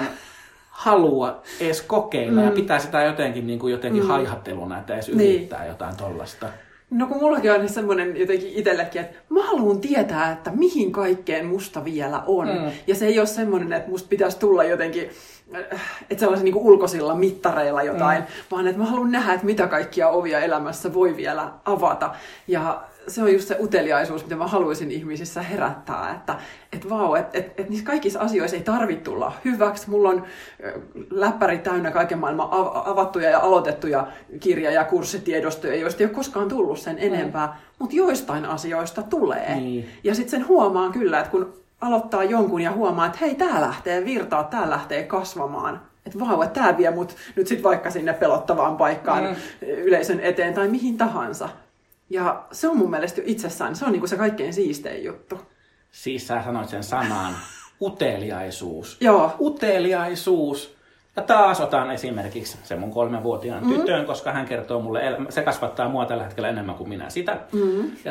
halua edes kokeilla ja pitää sitä jotenkin haihatteluna, että edes yrittää jotain tollasta. No kun mullakin on semmoinen jotenkin itsellekin, että mä haluan tietää, että mihin kaikkeen musta vielä on. Ja se ei ole semmoinen, että musta pitäisi tulla jotenkin, että sellaisen niin kuin ulkoisilla mittareilla jotain, vaan että mä haluan nähdä, että mitä kaikkia ovia elämässä voi vielä avata. Ja se on just se uteliaisuus, mitä mä haluaisin ihmisissä herättää, että vau, että niissä kaikissa asioissa ei tarvitse tulla hyväksi. Mulla on läppäri täynnä kaiken maailman avattuja ja aloitettuja kirja- ja kurssitiedostoja, joista ei ole koskaan tullut sen enempää, mutta joistain asioista tulee. Niin. Ja sitten sen huomaan kyllä, että kun aloittaa jonkun ja huomaa, että hei, tää lähtee virtaa, tää lähtee kasvamaan. Että vau, että tää vie mut nyt sit vaikka sinne pelottavaan paikkaan yleisön eteen tai mihin tahansa. Ja se on mun mielestä jo itsessään, se on niinku se kaikkein siistein juttu. Siis sä sanoit sen sanan, uteliaisuus. Joo. Uteliaisuus. Ja taas otan esimerkiksi sen mun 3-vuotiaan tytön, koska hän kertoo mulle, se kasvattaa mua tällä hetkellä enemmän kuin minä sitä. Ja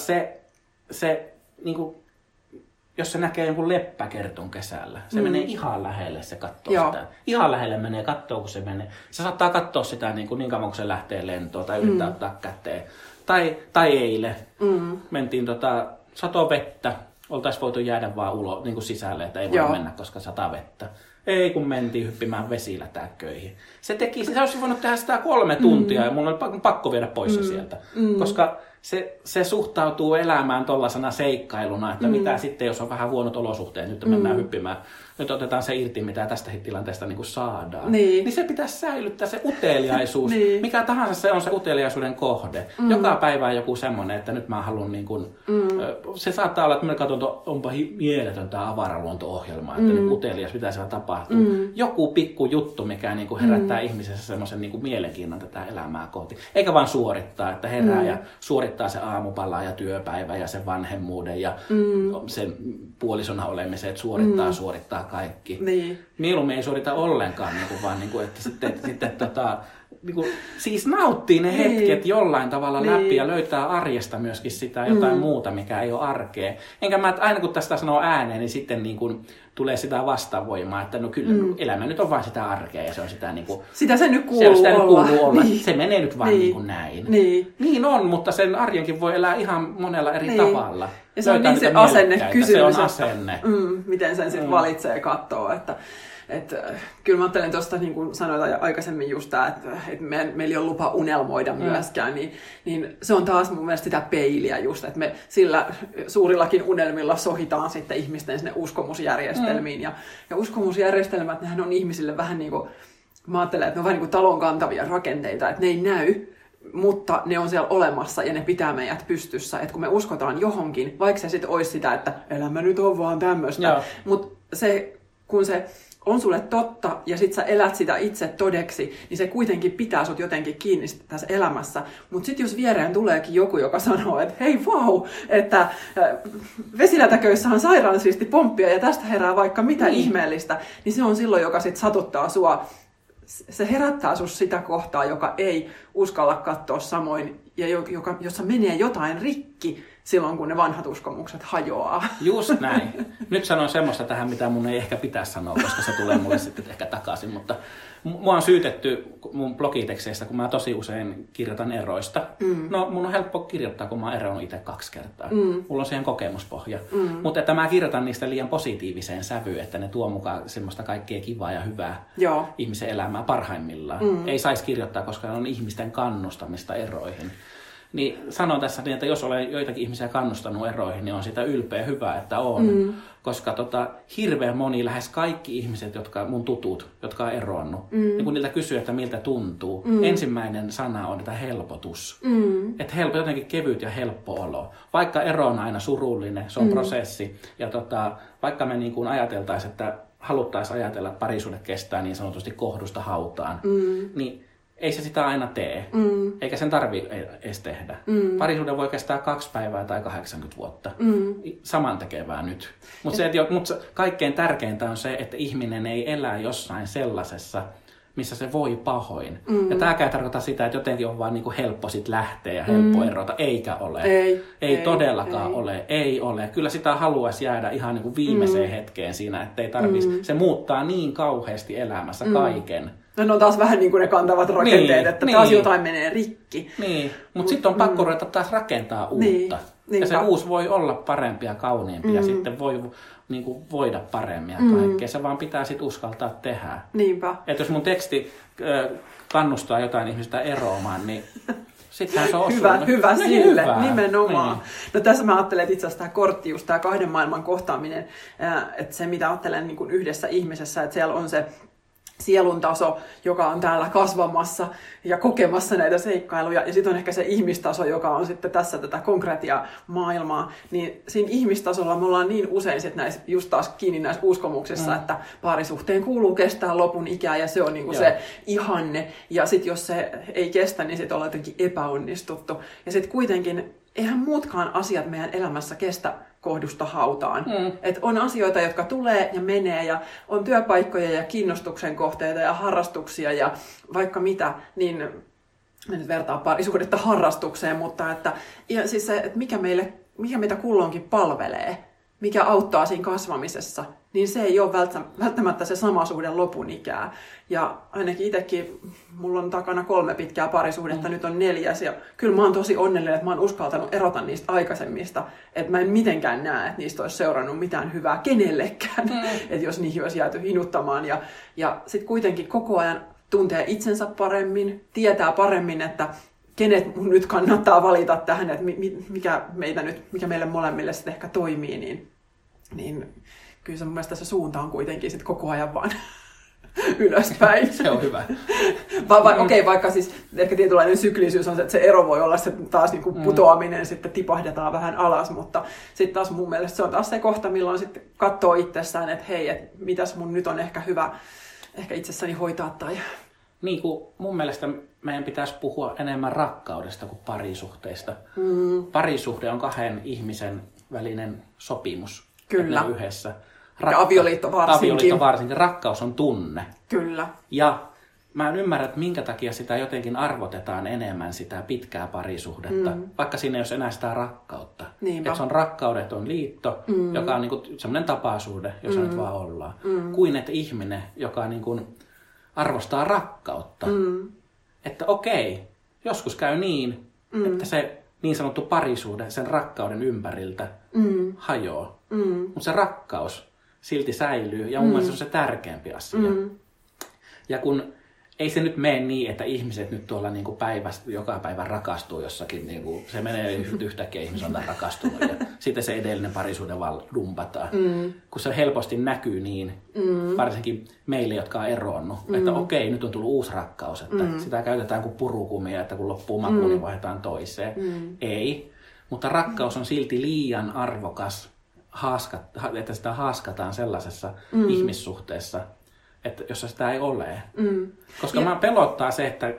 se niinku, jos se näkee jonkun leppäkertun kesällä, se menee ihan lähelle, se katsoo sitä. Ihan lähelle menee, katsoo kun se menee. Se saattaa katsoa sitä niin kauan kun se lähtee lentoon tai yrittää ottaa käteen. Tai eilen mentiin sato vettä, oltaisiin voitu jäädä vaan ulos niin kuin sisälle, että ei voi mennä, koska sataa vettä. Ei kun mentiin hyppimään vesilätäkköihin. Se olisi voinut tehdä sitä 3 tuntia ja mun oli pakko viedä pois se sieltä. Koska se suhtautuu elämään tollasena seikkailuna, että mitä sitten, jos on vähän huonot olosuhteet, nyt mennään hyppimään, nyt otetaan se irti, mitä tästä tilanteesta niin kuin saadaan. Niin se pitäisi säilyttää se uteliaisuus, mikä tahansa se on se uteliaisuuden kohde. Joka päivä on joku semmoinen, että nyt mä haluan, niin kuin, se saattaa olla, että mä katson, onpa mieletön tämä avaraluonto-ohjelma, että niin utelias, mitä siellä tapahtuu. Joku pikku juttu, mikä niin kuin herättää ihmisessä semmoisen niin kuin mielenkiinnon tätä elämää kohti. Eikä vaan suorittaa, että herää ja suorittaa se aamupala ja työpäivä ja sen vanhemmuuden ja sen puolisona olemisen, että suorittaa kaikki. Niin. Mieluummin ei suorita ollenkaan, niin kuin, vaan niin kuin, että sitten niin kuin, siis nauttii ne hetket jollain tavalla läpi ja löytää arjesta myöskin sitä jotain muuta, mikä ei ole arkea. Enkä mä, aina kun tästä sanoo ääneen, niin sitten niin kuin, tulee sitä vastavoimaa, että no kyllä elämä nyt on vain sitä arkea ja se on sitä niin kuin, sitä se nyt kuuluu olla. Niin. Se menee nyt vaan niin kuin näin. Niin on, mutta sen arjenkin voi elää ihan monella eri tavalla. Ja se on niin se asennekysymys. Se on asenne. Miten sen sitten valitsee katsoa, että kyllä mä ajattelen tuosta, niin kuin sanoin aikaisemmin just tämä, että meillä ei ole lupa unelmoida myöskään, niin se on taas mun mielestä sitä peiliä just, että me sillä suurillakin unelmilla sohitaan sitten ihmisten sinne uskomusjärjestelmiin. Ja uskomusjärjestelmät, nehän on ihmisille vähän niin kuin, mä ajattelen, että ne on vähän niin kuin talon kantavia rakenteita, että ne ei näy, mutta ne on siellä olemassa ja ne pitää meidät pystyssä. Että kun me uskotaan johonkin, vaikka se sitten olisi sitä, että elämä nyt on vaan tämmöistä, mutta kun se on sulle totta ja sit sä elät sitä itse todeksi, niin se kuitenkin pitää sut jotenkin kiinni tässä elämässä. Mutta sitten jos viereen tuleekin joku, joka sanoo, että hei vau, että vesilätäköissä on sairaan siisti pomppia ja tästä herää vaikka mitä ihmeellistä, niin se on silloin, joka sit satuttaa sua. Se herättää sus sitä kohtaa, joka ei uskalla katsoa samoin ja jossa menee jotain rikki silloin, kun ne vanhat uskomukset hajoaa. Just näin. Nyt sanon semmoista tähän, mitä mun ei ehkä pitäisi sanoa, koska se tulee mulle sitten ehkä takaisin. Mutta mua on syytetty mun blogitekseistä, kun mä tosi usein kirjoitan eroista. No mun on helppo kirjoittaa, kun mä oon eronnut itse 2 kertaa. Mulla on siihen kokemuspohja. Mutta että mä kirjoitan niistä liian positiiviseen sävyyn, että ne tuo mukaan semmoista kaikkea kivaa ja hyvää ihmisen elämää parhaimmillaan. Ei saisi kirjoittaa, koska ne on ihmisten kannustamista eroihin. Niin sanon tässä niin, että jos olen joitakin ihmisiä kannustanut eroihin, niin on sitä ylpeä hyvä, että on. Koska hirveän moni, lähes kaikki ihmiset, mun tutut, jotka on eronnut, niin kun niiltä kysyy, että miltä tuntuu, ensimmäinen sana on, että helpotus. Että jotenkin kevyt ja helppo olo. Vaikka ero on aina surullinen, se on prosessi. Ja vaikka me niin kuin ajateltaisiin, että haluttaisiin ajatella, että parisuhde kestää niin sanotusti kohdusta hautaan, niin ei se sitä aina tee, eikä sen tarvitse edes tehdä. Parisuhde voi kestää 2 päivää tai 80 vuotta. Samantekevää nyt. Mutta kaikkein tärkeintä on se, että ihminen ei elä jossain sellaisessa, missä se voi pahoin. Ja tämäkään tarkoittaa sitä, että jotenkin on vaan niinku helppo sit lähteä ja helppo erota. Eikä ole. Ei todellakaan ole. Ei ole. Kyllä sitä haluaisi jäädä ihan niinku viimeiseen hetkeen siinä, että ei tarvitsisi. Se muuttaa niin kauheasti elämässä kaiken. No ne on taas vähän niin kuin ne kantavat rakenteet, että taas jotain menee rikki. Niin, mutta sitten on pakko ruveta taas rakentaa uutta. Ja se uusi voi olla parempi ja kauniimpi ja sitten voi niin kuin, voida paremmin ja kaikkea. Se vaan pitää sitten uskaltaa tehdä. Niinpä. Että jos mun teksti kannustaa jotain ihmistä eroamaan, niin sittenhän se on hyvä sille, nimenomaan. Niin. No tässä mä ajattelen, että itse asiassa tämä kortti, just tämä 2 maailman kohtaaminen, että se mitä ajattelen niin kuin yhdessä ihmisessä, että siellä on se sielun taso, joka on täällä kasvamassa ja kokemassa näitä seikkailuja. Ja sitten on ehkä se ihmistaso, joka on sitten tässä tätä konkreettia-maailmaa. Niin siinä ihmistasolla me ollaan niin usein sit näissä, just taas kiinni näissä uskomuksissa, että parisuhteen kuuluu kestää lopun ikää ja se on niinku se ihanne. Ja sitten jos se ei kestä, niin sitten ollaan jotenkin epäonnistuttu. Ja sitten kuitenkin eihän muutkaan asiat meidän elämässä kestä kohdusta hautaan. Et on asioita, jotka tulee ja menee ja on työpaikkoja ja kiinnostuksen kohteita ja harrastuksia ja vaikka mitä, niin mä nyt vertaan parisuhdetta harrastukseen, mutta että, ja siis se, että mikä meitä kulloinkin palvelee, mikä auttaa siinä kasvamisessa, niin se ei ole välttämättä se sama suhde lopun ikää. Ja ainakin itsekin, mulla on takana 3 pitkää parisuhdetta, nyt on 4. Ja kyllä mä oon tosi onnellinen, että mä oon uskaltanut erota niistä aikaisemmista. Että mä en mitenkään näe, että niistä olisi seurannut mitään hyvää kenellekään. Että jos niihin olisi jääty hinuttamaan. Ja sitten kuitenkin koko ajan tuntee itsensä paremmin, tietää paremmin, että kenet mun nyt kannattaa valita tähän, että mikä meille molemmille sitten ehkä toimii, niin kyllä se mun mielestä se suunta on kuitenkin sit koko ajan vaan ylöspäin. Se on hyvä. Vaikka siis ehkä tietynlainen syklisyys on se, että se ero voi olla se taas niin kuin putoaminen, sitten tipahdetaan vähän alas, mutta sitten taas mun mielestä se on taas se kohta, milloin sitten katsoo itsessään, että hei, että mitäs mun nyt on ehkä hyvä ehkä itsessäni hoitaa tai... Niin kuin mun mielestä meidän pitäisi puhua enemmän rakkaudesta kuin parisuhteista. Parisuhde on kahden ihmisen välinen sopimus. Kyllä. Yhdessä. Ja avioliitto varsinkin. Avioliitto varsinkin. Rakkaus on tunne. Kyllä. Ja mä en ymmärrä, että minkä takia sitä jotenkin arvotetaan enemmän, sitä pitkää parisuhdetta, vaikka siinä ei ole enää sitä rakkautta. Että se on rakkaudeton liitto, joka on niinku semmoinen tapasuhde, jossa nyt vaan ollaan. Kuin että ihminen, joka niinku arvostaa rakkautta. Että okei, joskus käy niin, että se niin sanottu parisuhde sen rakkauden ympäriltä hajoaa. Mutta se rakkaus silti säilyy ja mun mielestä se on se tärkeämpi asia. Ja kun ei se nyt mene niin, että ihmiset nyt tuolla niinku joka päivä rakastuu jossakin, niinku, se menee yhtäkkiä ihmiset on rakastunut ja sitten se edellinen parisuhde vaan dumpataan. Kun se helposti näkyy niin, varsinkin meille, jotka on eronnut, että okei, nyt on tullut uusi rakkaus, että sitä käytetään kuin purukumia, että kun loppuu maku, niin vaihdetaan toiseen. Ei, mutta rakkaus on silti liian arvokas, että sitä haaskataan sellaisessa ihmissuhteessa, että jossa sitä ei ole. Koska mä pelottaa se, että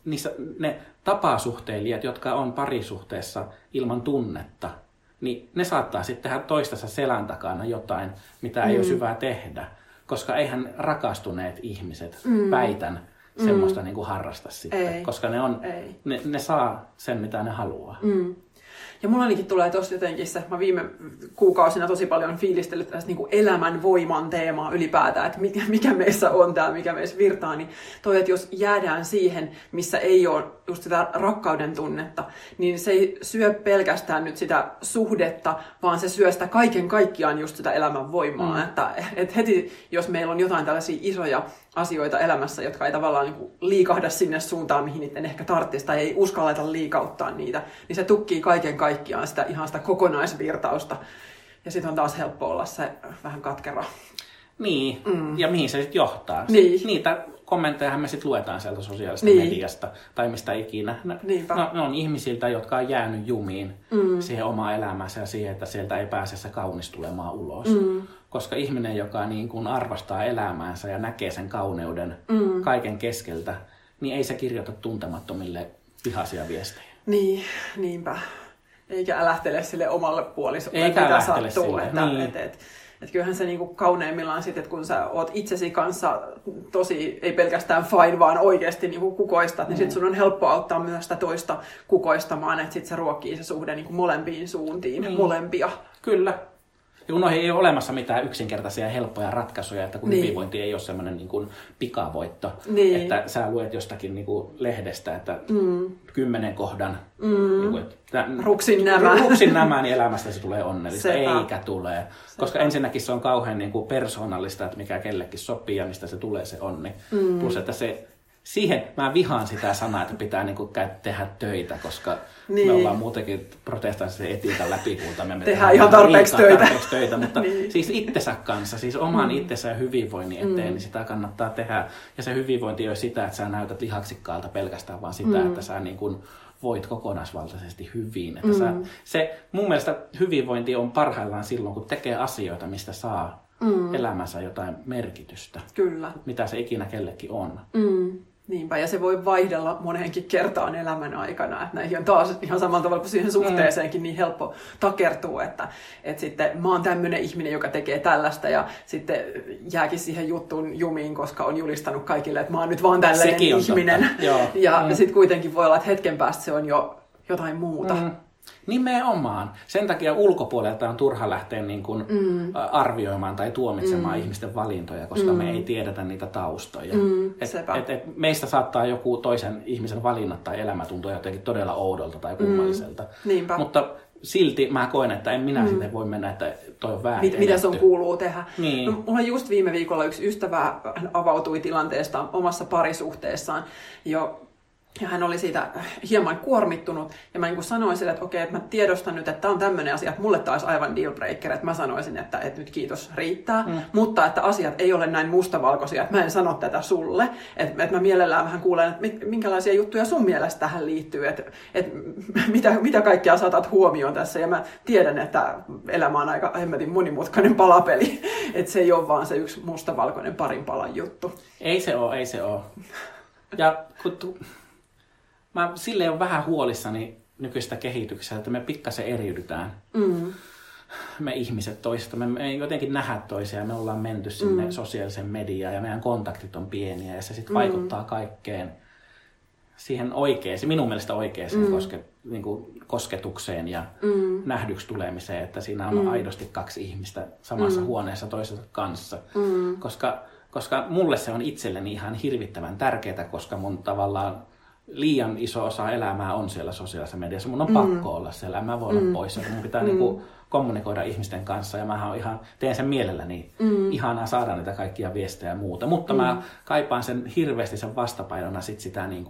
ne tapasuhteilijat, jotka on parisuhteessa ilman tunnetta, niin ne saattaa sitten tehdä toistensa selän takana jotain, mitä ei ole hyvä tehdä. Koska eihän rakastuneet ihmiset, väitän, semmoista niin kuin harrasta sitten. Ei. Koska ne saa sen, mitä ne haluaa. Ja mulla ainakin tulee tossa jotenkin se, mä viime kuukausina tosi paljon fiilistellyt tästä niin kuin elämän voiman teemaa ylipäätään, että mikä meissä on täällä, mikä meissä virtaa, niin toi, että jos jäädään siihen, missä ei ole just sitä rakkauden tunnetta, niin se ei syö pelkästään nyt sitä suhdetta, vaan se syö sitä kaiken kaikkiaan just sitä elämän voimaa. Että heti, jos meillä on jotain tällaisia isoja asioita elämässä, jotka ei tavallaan niin kuin liikahda sinne suuntaan, mihin niiden ehkä tarvitsisi, tai ei uskalleta liikauttaa niitä, niin se tukkii kaiken kaikkiaan ihan sitä kokonaisvirtausta. Ja sitten on taas helppo olla se vähän katkera. Niin, ja mihin se sitten johtaa? Niin. Niitä kommentteja me sitten luetaan sieltä sosiaalisesta mediasta tai mistä ikinä. Ne on ihmisiltä, jotka on jäänyt jumiin siihen omaan elämänsä ja siihen, että sieltä ei pääse se kaunis tulemaan ulos. Koska ihminen, joka niin kuin arvostaa elämäänsä ja näkee sen kauneuden kaiken keskeltä, niin ei se kirjoita tuntemattomille vihaisia viestejä. Niin, niinpä. Eikä älähtele sille omalle puolisolle, mitä sattuu. Että kyllähän se niinku kauneimmillaan sitten, että kun sä oot itsesi kanssa tosi, ei pelkästään fine, vaan oikeasti niinku kukoistat, niin sitten sun on helppo auttaa myös sitä toista kukoistamaan, että sitten se ruokkii se suhde niinku molempiin suuntiin, molempia. Kyllä. Ja kun noihin ei ole olemassa mitään yksinkertaisia ja helppoja ratkaisuja, että kun hyvinvointi ei ole semmoinen niin kuin pikavoitto, että sä luet jostakin niin kuin lehdestä, että 10 kohdan ruksin nämä, niin elämästä se tulee onnellista. Eikä tule. Koska ensinnäkin se on kauhean niin kuin persoonallista, että mikä kellekin sopii ja mistä se tulee se onni. Plus, että siihen mä vihaan sitä sanaa, että pitää niinku tehdä töitä, koska me ollaan muutenkin protestanttisen etiikan läpikulta. Me tehdään ihan tarpeeksi töitä, mutta siis itsensä kanssa, siis oman itsensä ja hyvinvoinnin eteen, niin sitä kannattaa tehdä. Ja se hyvinvointi ei ole sitä, että sä näytät lihaksikkaalta pelkästään, vaan sitä, että sä niin kuin voit kokonaisvaltaisesti hyvin. Että mun mielestä hyvinvointi on parhaillaan silloin, kun tekee asioita, mistä saa elämänsä jotain merkitystä. Kyllä. Mitä se ikinä kellekin on. Niinpä, ja se voi vaihdella moneenkin kertaan elämän aikana, että näihin on taas ihan samalla tavalla kuin siihen suhteeseenkin niin helppo takertua, että sitten mä oon tämmöinen ihminen, joka tekee tällaista, ja sitten jääkin siihen juttuun jumiin, koska on julistanut kaikille, että mä oon nyt vaan tällainen ihminen. Ja sitten kuitenkin voi olla, että hetken päästä se on jo jotain muuta. Nimenomaan. Sen takia ulkopuolelta on turha lähteä niin kuin arvioimaan tai tuomitsemaan ihmisten valintoja, koska me ei tiedetä niitä taustoja. Meistä saattaa joku toisen ihmisen valinnat tai elämä tuntua jotenkin todella oudolta tai kummalliselta. Mutta silti mä koen, että en minä sitten voi mennä, että toi on väärin. Mitä sun kuuluu tehdä? Niin. No, mulla just viime viikolla yksi ystävä avautui tilanteesta omassa parisuhteessaan jo Ja hän oli siitä hieman kuormittunut. Ja mä niin sanoin sille, että okei, että mä tiedostan nyt, että tämä on tämmöinen asia, että mulle tämä olisi aivan dealbreaker. Että mä sanoisin, että nyt kiitos riittää. Mutta että asiat ei ole näin mustavalkoisia, että mä en sano tätä sulle. Että mä mielellään vähän kuulen, että minkälaisia juttuja sun mielestä tähän liittyy. Että mitä kaikkea saatat huomioon tässä. Ja mä tiedän, että elämä on aika hemmetin monimutkainen palapeli. Että se ei ole vaan se yksi mustavalkoinen parin palan juttu. Ei se ole. Ja mä silleen on vähän huolissani nykyistä kehityksestä, että me pikkasen eriydytään. Me ihmiset toisista. Me ei jotenkin nähdä toisia. Me ollaan menty sinne sosiaaliseen mediaan ja meidän kontaktit on pieniä ja se sitten vaikuttaa kaikkeen siihen oikeaan, minun mielestä oikeaan kosketukseen ja nähdyksi tulemiseen, että siinä on aidosti kaksi ihmistä samassa huoneessa toisensa kanssa. Koska mulle se on itselleni ihan hirvittävän tärkeää, koska mun tavallaan liian iso osa elämää on siellä sosiaalisessa mediassa. Mun on pakko olla siellä, mä voin olla poissa. Mun pitää kommunikoida ihmisten kanssa ja mä teen sen mielelläni. Ihanaa saada niitä kaikkia viestejä ja muuta. Mutta mä kaipaan sen hirveästi sen vastapainona sitä niin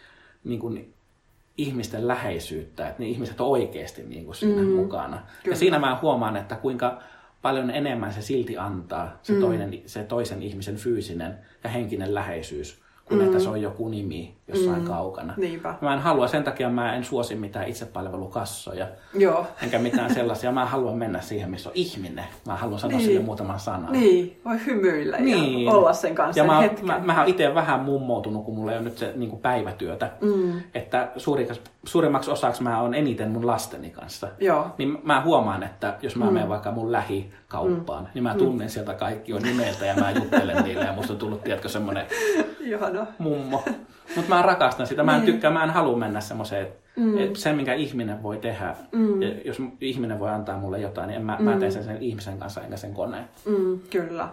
kuin ihmisten läheisyyttä, että ne ihmiset on oikeasti niin kuin siinä mukana. Kyllä. Ja siinä mä huomaan, että kuinka paljon enemmän se silti antaa se toisen ihmisen fyysinen ja henkinen läheisyys, kuin että se on joku nimi jossain kaukana. Niinpä. Mä en halua, sen takia mä en suosi mitään itsepalvelukassoja, enkä mitään sellaisia. Mä haluan mennä siihen, missä on ihminen. Mä haluan sanoa sille muutaman sanan. Niin, voi hymyillä ja olla sen kanssa ja sen hetken. Mä oon itse vähän mummoutunut, kun mulla ei ole nyt se niin kuin päivätyötä. Että suurimmaksi osaksi mä oon eniten mun lasteni kanssa. Niin mä huomaan, että jos mä menen vaikka mun lähikauppaan, niin mä tunnen sieltä kaikki on nimeltä ja mä juttelen niille. Ja musta on tullut, tiedätkö, semmonen mummo. Mutta mä rakastan sitä. Mä en tykkää, mä en halua mennä semmoiseen, että se minkä ihminen voi tehdä, ja jos ihminen voi antaa mulle jotain, niin mä teen sen ihmisen kanssa enkä sen koneen. Kyllä.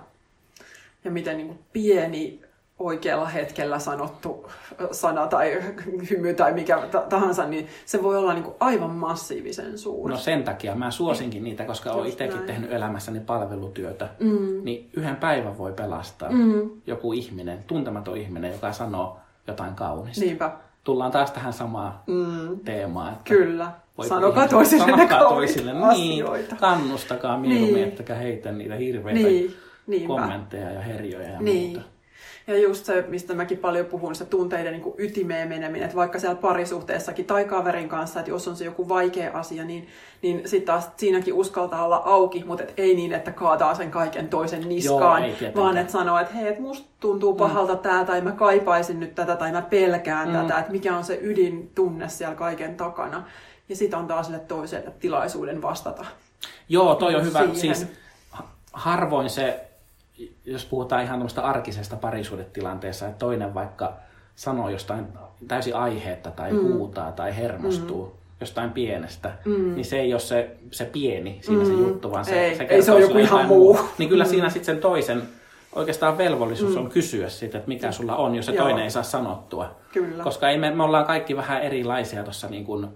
Ja miten niin kuin pieni oikealla hetkellä sanottu sana tai hymy tai mikä tahansa, niin se voi olla niin kuin aivan massiivisen suuri. No sen takia mä suosinkin niitä, koska olen itsekin tehnyt elämässäni palvelutyötä. Niin yhden päivän voi pelastaa joku ihminen, tuntematon ihminen, joka sanoo jotain kaunista. Niinpä. Tullaan taas tähän samaan teemaan. Että kyllä. Sanokaa toisille toisille. asioita. Niin, kannustakaa mieluummin, ettekä heitä niitä hirveitä kommentteja ja herjoja ja muuta. Ja just se, mistä mäkin paljon puhun, se tunteiden niin kuin ytimeen meneminen, että vaikka siellä parisuhteessakin tai kaverin kanssa, että jos on se joku vaikea asia, niin sitten taas siinäkin uskaltaa olla auki, mutta ei niin, että kaataa sen kaiken toisen niskaan, vaan että sanoo, että hei, että musta tuntuu pahalta tää, tai mä kaipaisin nyt tätä, tai mä pelkään tätä, että mikä on se ydintunne siellä kaiken takana. Ja sitten antaa sille toiselle tilaisuuden vastata. Joo, toi on hyvä. Siis harvoin se, jos puhutaan ihan tämmöistä arkisesta parisuhdetilanteessa, että toinen vaikka sanoo jostain täysin aiheetta tai huutaa tai hermostuu jostain pienestä, niin se ei ole se pieni siinä se juttu, vaan se on joku ihan muu. Niin kyllä siinä sitten sen toisen oikeastaan velvollisuus on kysyä siitä, että mikä sulla on, jos se toinen ei saa sanottua. Kyllä. Koska me ollaan kaikki vähän erilaisia tuossa niin kuin,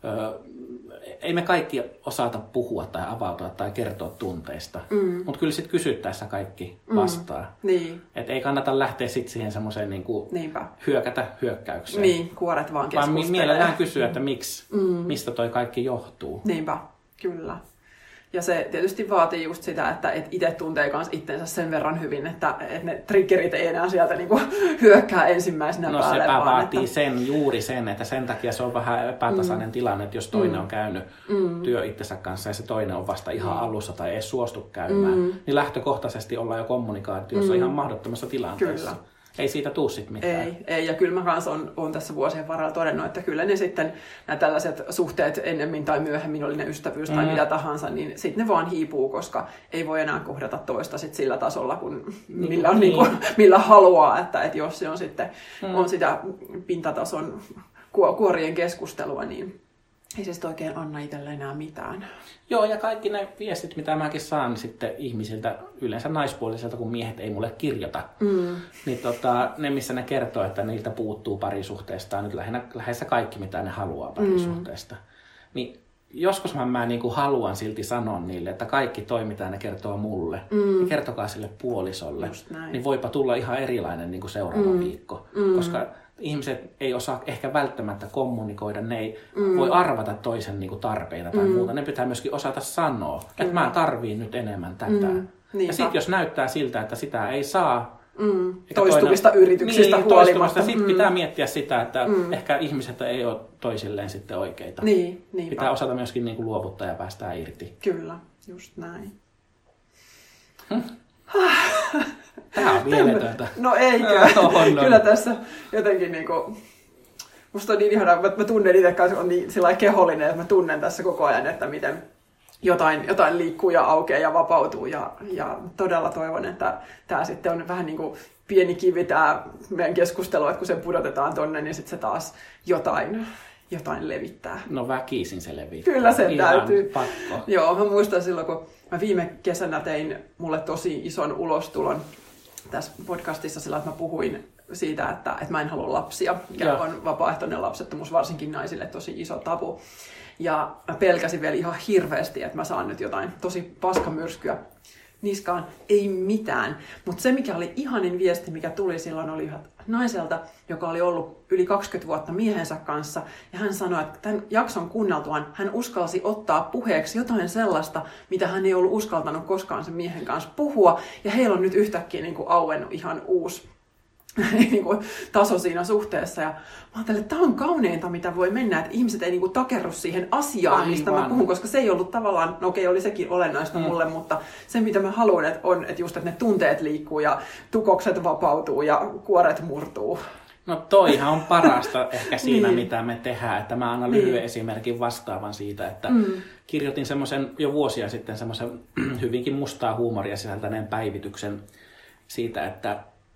ei me kaikki osata puhua tai avautua tai kertoa tunteista, mutta kyllä sitten kysyttäessä kaikki vastaa. Niin. Et ei kannata lähteä sitten siihen semmoiseen niinku hyökätä hyökkäykseen. Niin, kuoret vaan keskustelee. Vaan mielellään kysyä, että mistä toi kaikki johtuu. Niinpä, kyllä. Ja se tietysti vaatii just sitä, että itse tuntee myös itsensä sen verran hyvin, että ne triggerit ei enää sieltä niinku hyökkää ensimmäisenä päälle. No se vaatii juuri sen, että sen takia se on vähän epätasainen tilanne, että jos toinen on käynyt työ itsensä kanssa ja se toinen on vasta ihan alussa tai ei suostu käymään, niin lähtökohtaisesti ollaan jo kommunikaatiossa ihan mahdottomassa tilanteessa. Kyllä. Ei siitä tuu sitten mitään. Ei. Ja kyllä mä kanssa on tässä vuosien varrella todennut, että kyllä ne sitten, nämä tällaiset suhteet ennemmin tai myöhemmin, oli ne ystävyys tai mitä tahansa, niin sitten ne vaan hiipuu, koska ei voi enää kohdata toista sit sillä tasolla, millä haluaa, että jos se on sitten on sitä pintatason kuorien keskustelua, niin ei se sitten oikein anna itselle enää mitään. Joo, ja kaikki ne viestit, mitä mäkin saan sitten ihmisiltä, yleensä naispuoliselta, kun miehet ei mulle kirjoita, niin ne, missä ne kertoo, että niiltä puuttuu parisuhteesta, nyt lähes kaikki, mitä ne haluaa parisuhteesta. Niin joskus mä niin kuin haluan silti sanoa niille, että kaikki toi, mitä ne kertoo mulle, niin kertokaa sille puolisolle. Niin voipa tulla ihan erilainen niin kuin seuraava viikko. Koska ihmiset ei osaa ehkä välttämättä kommunikoida, ne ei voi arvata toisen niin kuin tarpeita tai muuta. Ne pitää myöskin osata sanoa, että mä tarviin nyt enemmän tätä. Ja sitten jos näyttää siltä, että sitä ei saa, toistuvista yrityksistä huolimatta. Sitten pitää miettiä sitä, että ehkä ihmiset ei ole toisilleen sitten oikeita. Pitää osata myöskin niin kuin luovuttaa ja päästää irti. Kyllä, just näin. Tämä on mieletöntä. No eikö? Kyllä tässä jotenkin niinku... Musta on niin ihanaa, että mä tunnen itse kanssa, on niin sillä kehollinen, että mä tunnen tässä koko ajan, että miten jotain liikkuu ja aukeaa ja vapautuu. Ja todella toivon, että tämä sitten on vähän niin kuin pieni kivi tämä meidän keskustelu, että kun se pudotetaan tonne, niin sitten se taas jotain levittää. No väkisin se levittää. Kyllä se täytyy. Pakko. Joo, mä muistan silloin, kun mä viime kesänä tein mulle tosi ison ulostulon tässä podcastissa sillä, että mä puhuin siitä, että mä en halua lapsia, mikä on vapaaehtoinen lapsettomuus varsinkin naisille tosi iso tabu. Ja mä pelkäsin vielä ihan hirveästi, että mä saan nyt jotain tosi paskamyrskyä niskaan. Ei mitään. Mutta se, mikä oli ihanin viesti, mikä tuli silloin, oli naiselta, joka oli ollut yli 20 vuotta miehensä kanssa. Ja hän sanoi, että tämän jakson kuunneltuaan hän uskalsi ottaa puheeksi jotain sellaista, mitä hän ei ollut uskaltanut koskaan sen miehen kanssa puhua. Ja heillä on nyt yhtäkkiä niin kuin auennut ihan uusi niin kuin taso siinä suhteessa. Ja mä ajattelin, että tämä on kauneinta, mitä voi mennä, että ihmiset ei niin kuin takerru siihen asiaan, mistä mä puhun, koska se ei ollut tavallaan, no okei, oli sekin olennaista mulle, mutta se, mitä mä haluan, on, että just, että ne tunteet liikkuu ja tukokset vapautuu ja kuoret murtuu. No toihan on parasta ehkä siinä, mitä me tehdään. Että mä annan lyhyen esimerkin vastaavan siitä, että kirjoitin semmoisen jo vuosia sitten semmoisen hyvinkin mustaa huumoria sisältäneen päivityksen siitä, että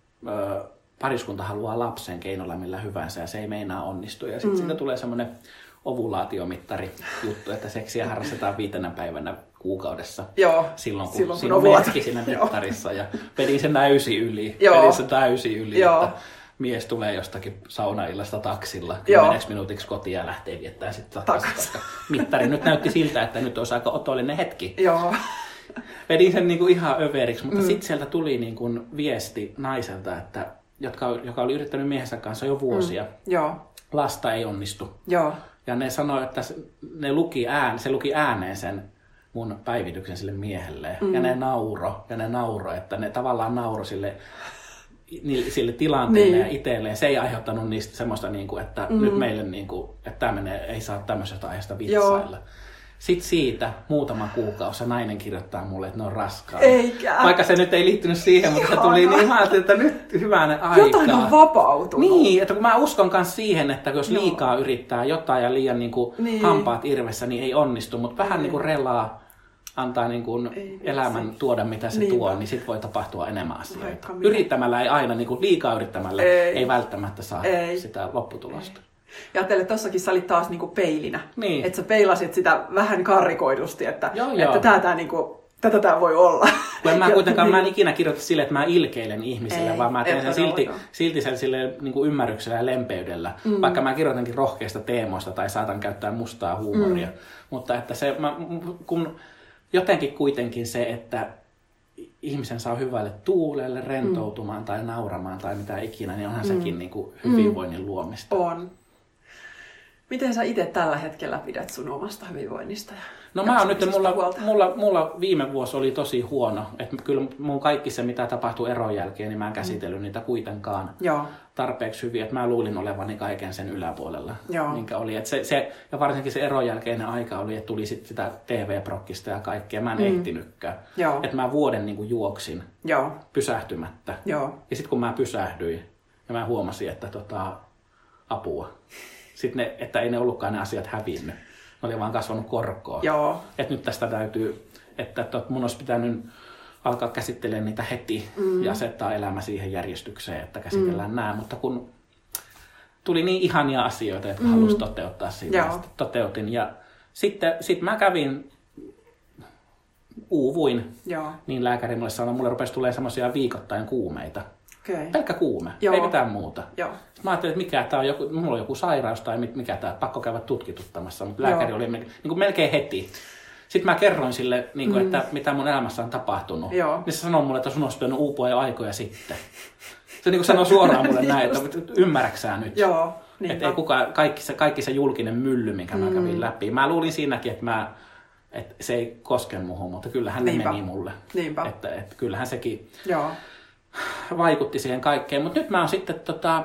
pariskunta haluaa lapsen keinolla millä hyvänsä ja se ei meinaa onnistua. Ja sitten siitä tulee semmoinen ovulaatiomittari juttu, että seksiä harrastetaan 5 päivänä kuukaudessa. Joo, silloin kun merkki siinä mittarissa. Ja vedin se täysin yli. Että mies tulee jostakin saunaillasta taksilla 10 minuutiksi kotiin ja lähtee viettää sitten takaisin. Mittari nyt näytti siltä, että nyt olisi aika otollinen hetki. Joo. Vedin sen niinku ihan överiksi, mutta sitten sieltä tuli niinku viesti naiselta, että, joka oli yrittänyt miehensä kanssa jo vuosia. Lasta ei onnistu. Ja ne sanoi, että se luki ääneen sen mun päivityksen sille miehelle. Ja ne nauro, että ne tavallaan nauro sille tilanteelle ja itselleen. Se ei aiheuttanut niistä semmoista, että nyt meille, että tämä ei saa tämmöisestä aiheesta vitsailla. Sitten siitä muutama kuukausi nainen kirjoittaa mulle, että ne on raskaana. Eikä. Vaikka se nyt ei liittynyt siihen, mutta se tuli niin, mä ajattelin, että nyt hyvänen aika. Jotain on vapautunut. Niin, että kun mä uskon myös siihen, että jos liikaa yrittää jotain ja liian hampaat irvessä, niin ei onnistu. Mutta vähän relaa antaa elämän tuoda, mitä se tuo, niin sit voi tapahtua enemmän asioita. Yrittämällä ei aina, liikaa yrittämällä ei välttämättä saa sitä lopputulosta. Ja ajattelin, että tossakin sä olit taas peilinä. Niin. Että sä peilasit sitä vähän karrikoidusti, että tätä tää voi olla. Mä en ikinä kirjoita sille, että mä ilkeilen ihmisille, vaan mä teen sen silti sen ymmärryksellä ja lempeydellä. Vaikka mä kirjoitankin rohkeista teemoista tai saatan käyttää mustaa huumoria. Mutta että kun jotenkin kuitenkin se, että ihmisen saa hyvälle tuulelle, rentoutumaan tai nauramaan tai mitä ikinä, niin onhan sekin hyvinvoinnin luomista. On. Miten sä itse tällä hetkellä pidät sun omasta hyvinvoinnista? No mä oon nyt, mulla viime vuosi oli tosi huono. Että kyllä mun kaikki se, mitä tapahtui eron jälkeen, niin mä en käsitellyt niitä kuitenkaan tarpeeksi hyvin. Että mä luulin olevani kaiken sen yläpuolella, minkä oli. Et ja varsinkin se eron jälkeinen aika oli, että tuli sit sitä TV-prokkista ja kaikkea. Mä en ehtinytkään. Että mä vuoden juoksin pysähtymättä. Ja sitten kun mä pysähdyin, ja mä huomasin, että apua. Sitten että ei ne ollutkaan ne asiat hävinnyt. Ne oli vaan kasvanut korkoa. Että nyt tästä täytyy, että mun olisi pitänyt alkaa käsittelemään niitä heti ja asettaa elämä siihen järjestykseen, että käsitellään nämä. Mutta kun tuli niin ihania asioita, jotka halusi toteuttaa siitä, ja toteutin. Ja sitten mä kävin, uuvuin, niin lääkäri mulle sanoi, mulle rupesi tulemaan semmoisia viikoittain kuumeita. Okay. Pelkkä kuume, ei mitään muuta. Mä ajattelin, että mikä tää on, mulla on joku sairaus tai mikä tää, pakko käydä tutkituttamassa, mutta lääkäri oli melkein heti. Sitten mä kerroin sille, että mitä mun elämässä on tapahtunut. Niin se sanoi mulle, että sun olisi pitänyt uupua jo aikoja sitten. Se niin kuin sanoo suoraan mulle näin, että ymmärräksää nyt. Joo, että ei kukaan, kaikki se julkinen mylly, minkä mä kävin läpi. Mä luulin siinäkin, että se ei koske muhun, mutta kyllähän ne meni mulle. Niinpä. Että kyllähän sekin vaikutti siihen kaikkeen. Mutta nyt mä oon sitten,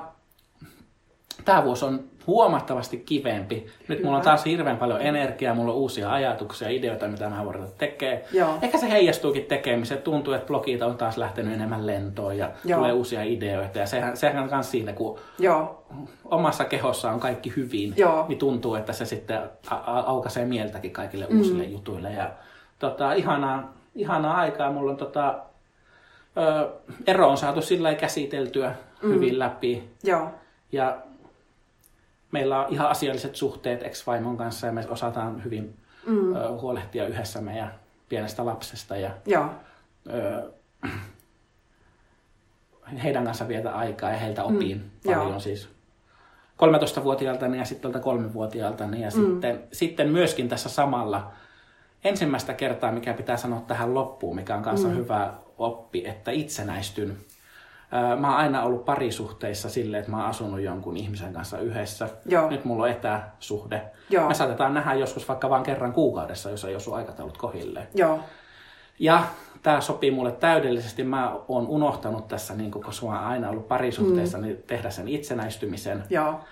tää vuosi on huomattavasti kivempi. Nyt mulla on taas hirveän paljon energiaa, mulla on uusia ajatuksia, ideoita, mitä mä voin tekemään. Ehkä se heijastuukin tekemiseen. Tuntuu, että blogit on taas lähtenyt enemmän lentoon ja tulee uusia ideoita. Ja sehän on myös siinä, kun omassa kehossa on kaikki hyvin, niin tuntuu, että se sitten aukaisee mieltäkin kaikille uusille jutuille. Ja ihanaa aikaa. Mulla on ero on saatu sillä lailla käsiteltyä hyvin läpi. Ja meillä on ihan asialliset suhteet ex-vaimon kanssa ja me osataan hyvin huolehtia yhdessä meidän pienestä lapsesta. Ja heidän kanssa vietä aikaa ja heiltä opin paljon siis 13-vuotiaaltani ja sitten 3-vuotiaaltani. Ja sitten myöskin tässä samalla ensimmäistä kertaa, mikä pitää sanoa tähän loppuun, mikä on kanssa hyvä oppi, että itsenäistyn. Mä oon aina ollut parisuhteissa silleen, että mä oon asunut jonkun ihmisen kanssa yhdessä. Nyt mulla on etäsuhde. Me saatetaan nähdä joskus vaikka vain kerran kuukaudessa, jos ei osu aikataulut kohilleen. Ja tää sopii mulle täydellisesti. Mä oon unohtanut tässä, niin koska mä oon aina ollut parisuhteissa, niin tehdä sen itsenäistymisen.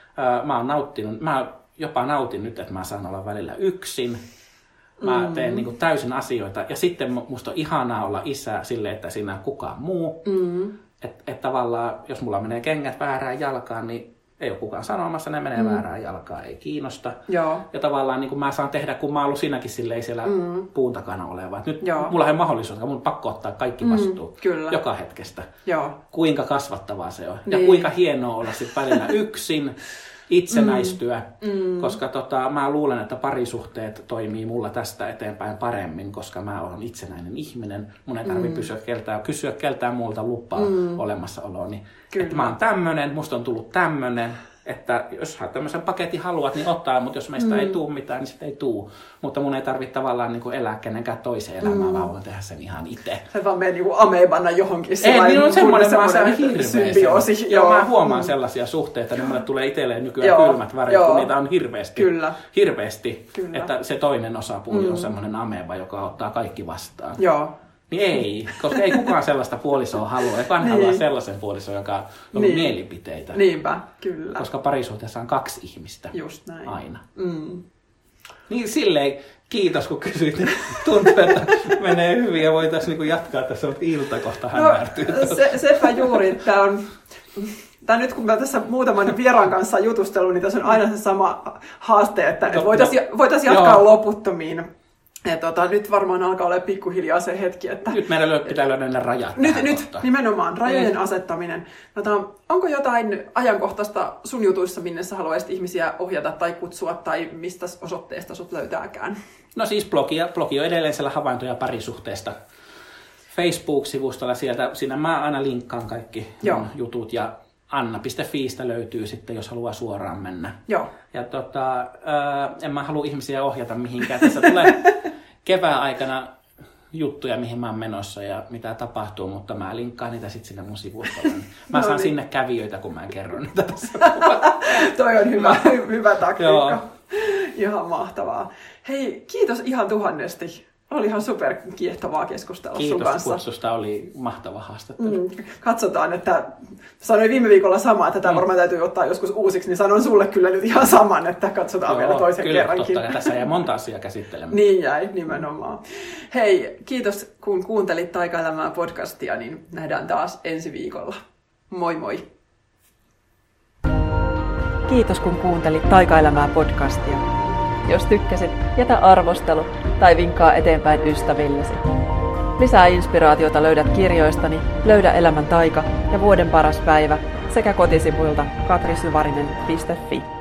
Mä jopa nautin nyt, että mä saan olla välillä yksin. Mä teen niin kuin täysin asioita. Ja sitten musta on ihanaa olla isä silleen, että siinä on kukaan muu. Että tavallaan, jos mulla menee kengät väärään jalkaan, niin ei ole kukaan sanomassa, ne menee väärään jalkaan, ei kiinnosta. Ja tavallaan niin kuin mä saan tehdä, kun mä oon ollut siinäkin silleen siellä puun takana oleva. Nyt mulla ei ole mahdollisuutta, mun on pakko ottaa kaikki vastuu joka hetkestä. Kuinka kasvattavaa se on. Ja kuinka hienoa olla sitten välillä yksin, itsenäistyä. Koska mä luulen, että parisuhteet toimii mulla tästä eteenpäin paremmin, koska mä olen itsenäinen ihminen. Mun ei tarvitse kysyä keltään muulta lupaa olemassaolooni. Että mä oon tämmönen, musta on tullut tämmönen. Että jos tämmöisen paketin haluat, niin ottaa, mutta jos meistä ei tule mitään, niin sitten ei tule. Mutta mun ei tarvitse tavallaan niin kuin elää kenenkään toisen elämää, vaan voin tehdä sen ihan itse. Se vaan menee niin amebana johonkin. Ei, niin on semmoinen symbioosi. Joo, mä huomaan sellaisia suhteita, niin mulle tulee itselleen nykyään kylmät värit, kun niitä on hirveästi. Että se toinen osapuoli on semmoinen ameba, joka ottaa kaikki vastaan. Niin ei, koska ei kukaan sellaista puolisoa halua. Ei vaan halua sellaisen puolisoa, joka on mielipiteitä. Niinpä, kyllä. Koska parisuhteessa on 2 ihmistä. Just näin. Aina. Niin silleen, kiitos kun kysyit. Tuntuu, että menee hyvin ja voitaisiin niinku jatkaa tässä, mutta ilta kohta hämärtyy. Sepä juuri, että on... nyt kun mä tässä muutaman vieraan kanssa jutustellut, niin tässä on aina se sama haaste, että voitaisiin jatkaa loputtomiin. Nyt varmaan alkaa olla pikkuhiljaa se hetki, että... Nyt meidän pitää löydä ne rajat. Nyt nimenomaan, rajojen asettaminen. Onko jotain ajankohtaista sun jutuissa, minne sä haluaisit ihmisiä ohjata tai kutsua, tai mistä osoitteesta sut löytääkään? No siis blogi on edelleen siellä havaintoja parisuhteesta. Facebook-sivustolla siinä mä aina linkkaan kaikki jutut, ja anna.fiistä löytyy sitten, jos haluaa suoraan mennä. Ja en mä halua ihmisiä ohjata mihinkään. Tässä tulee kevään aikana juttuja, mihin mä oon menossa ja mitä tapahtuu, mutta mä linkkaan niitä sitten sinne mun sivustolle. Mä saan sinne kävijöitä, kun mä kerron niitä tässä. Toi on hyvä taktiikka. Ihan mahtavaa. Hei, kiitos ihan tuhannesti. Oli ihan super kiehtovaa keskustella sun kanssa. Kiitos kutsusta, oli mahtava haastattelu. Katsotaan, että sanoin viime viikolla sama, että tämä varmaan täytyy ottaa joskus uusiksi, niin sanon sulle kyllä nyt ihan saman, että katsotaan vielä toisen kerrankin. Kyllä, totta, tässä jäi monta asiaa käsittelemään. Niin jäi, nimenomaan. Hei, kiitos kun kuuntelit Taikaelämää podcastia, niin nähdään taas ensi viikolla. Moi moi! Kiitos kun kuuntelit Taikaelämää podcastia. Jos tykkäsit, jätä arvostelu tai vinkkaa eteenpäin ystävillesi. Lisää inspiraatiota löydät kirjoistani Löydä elämän taika ja Vuoden paras päivä sekä kotisivuilta katrisyvarinen.fi.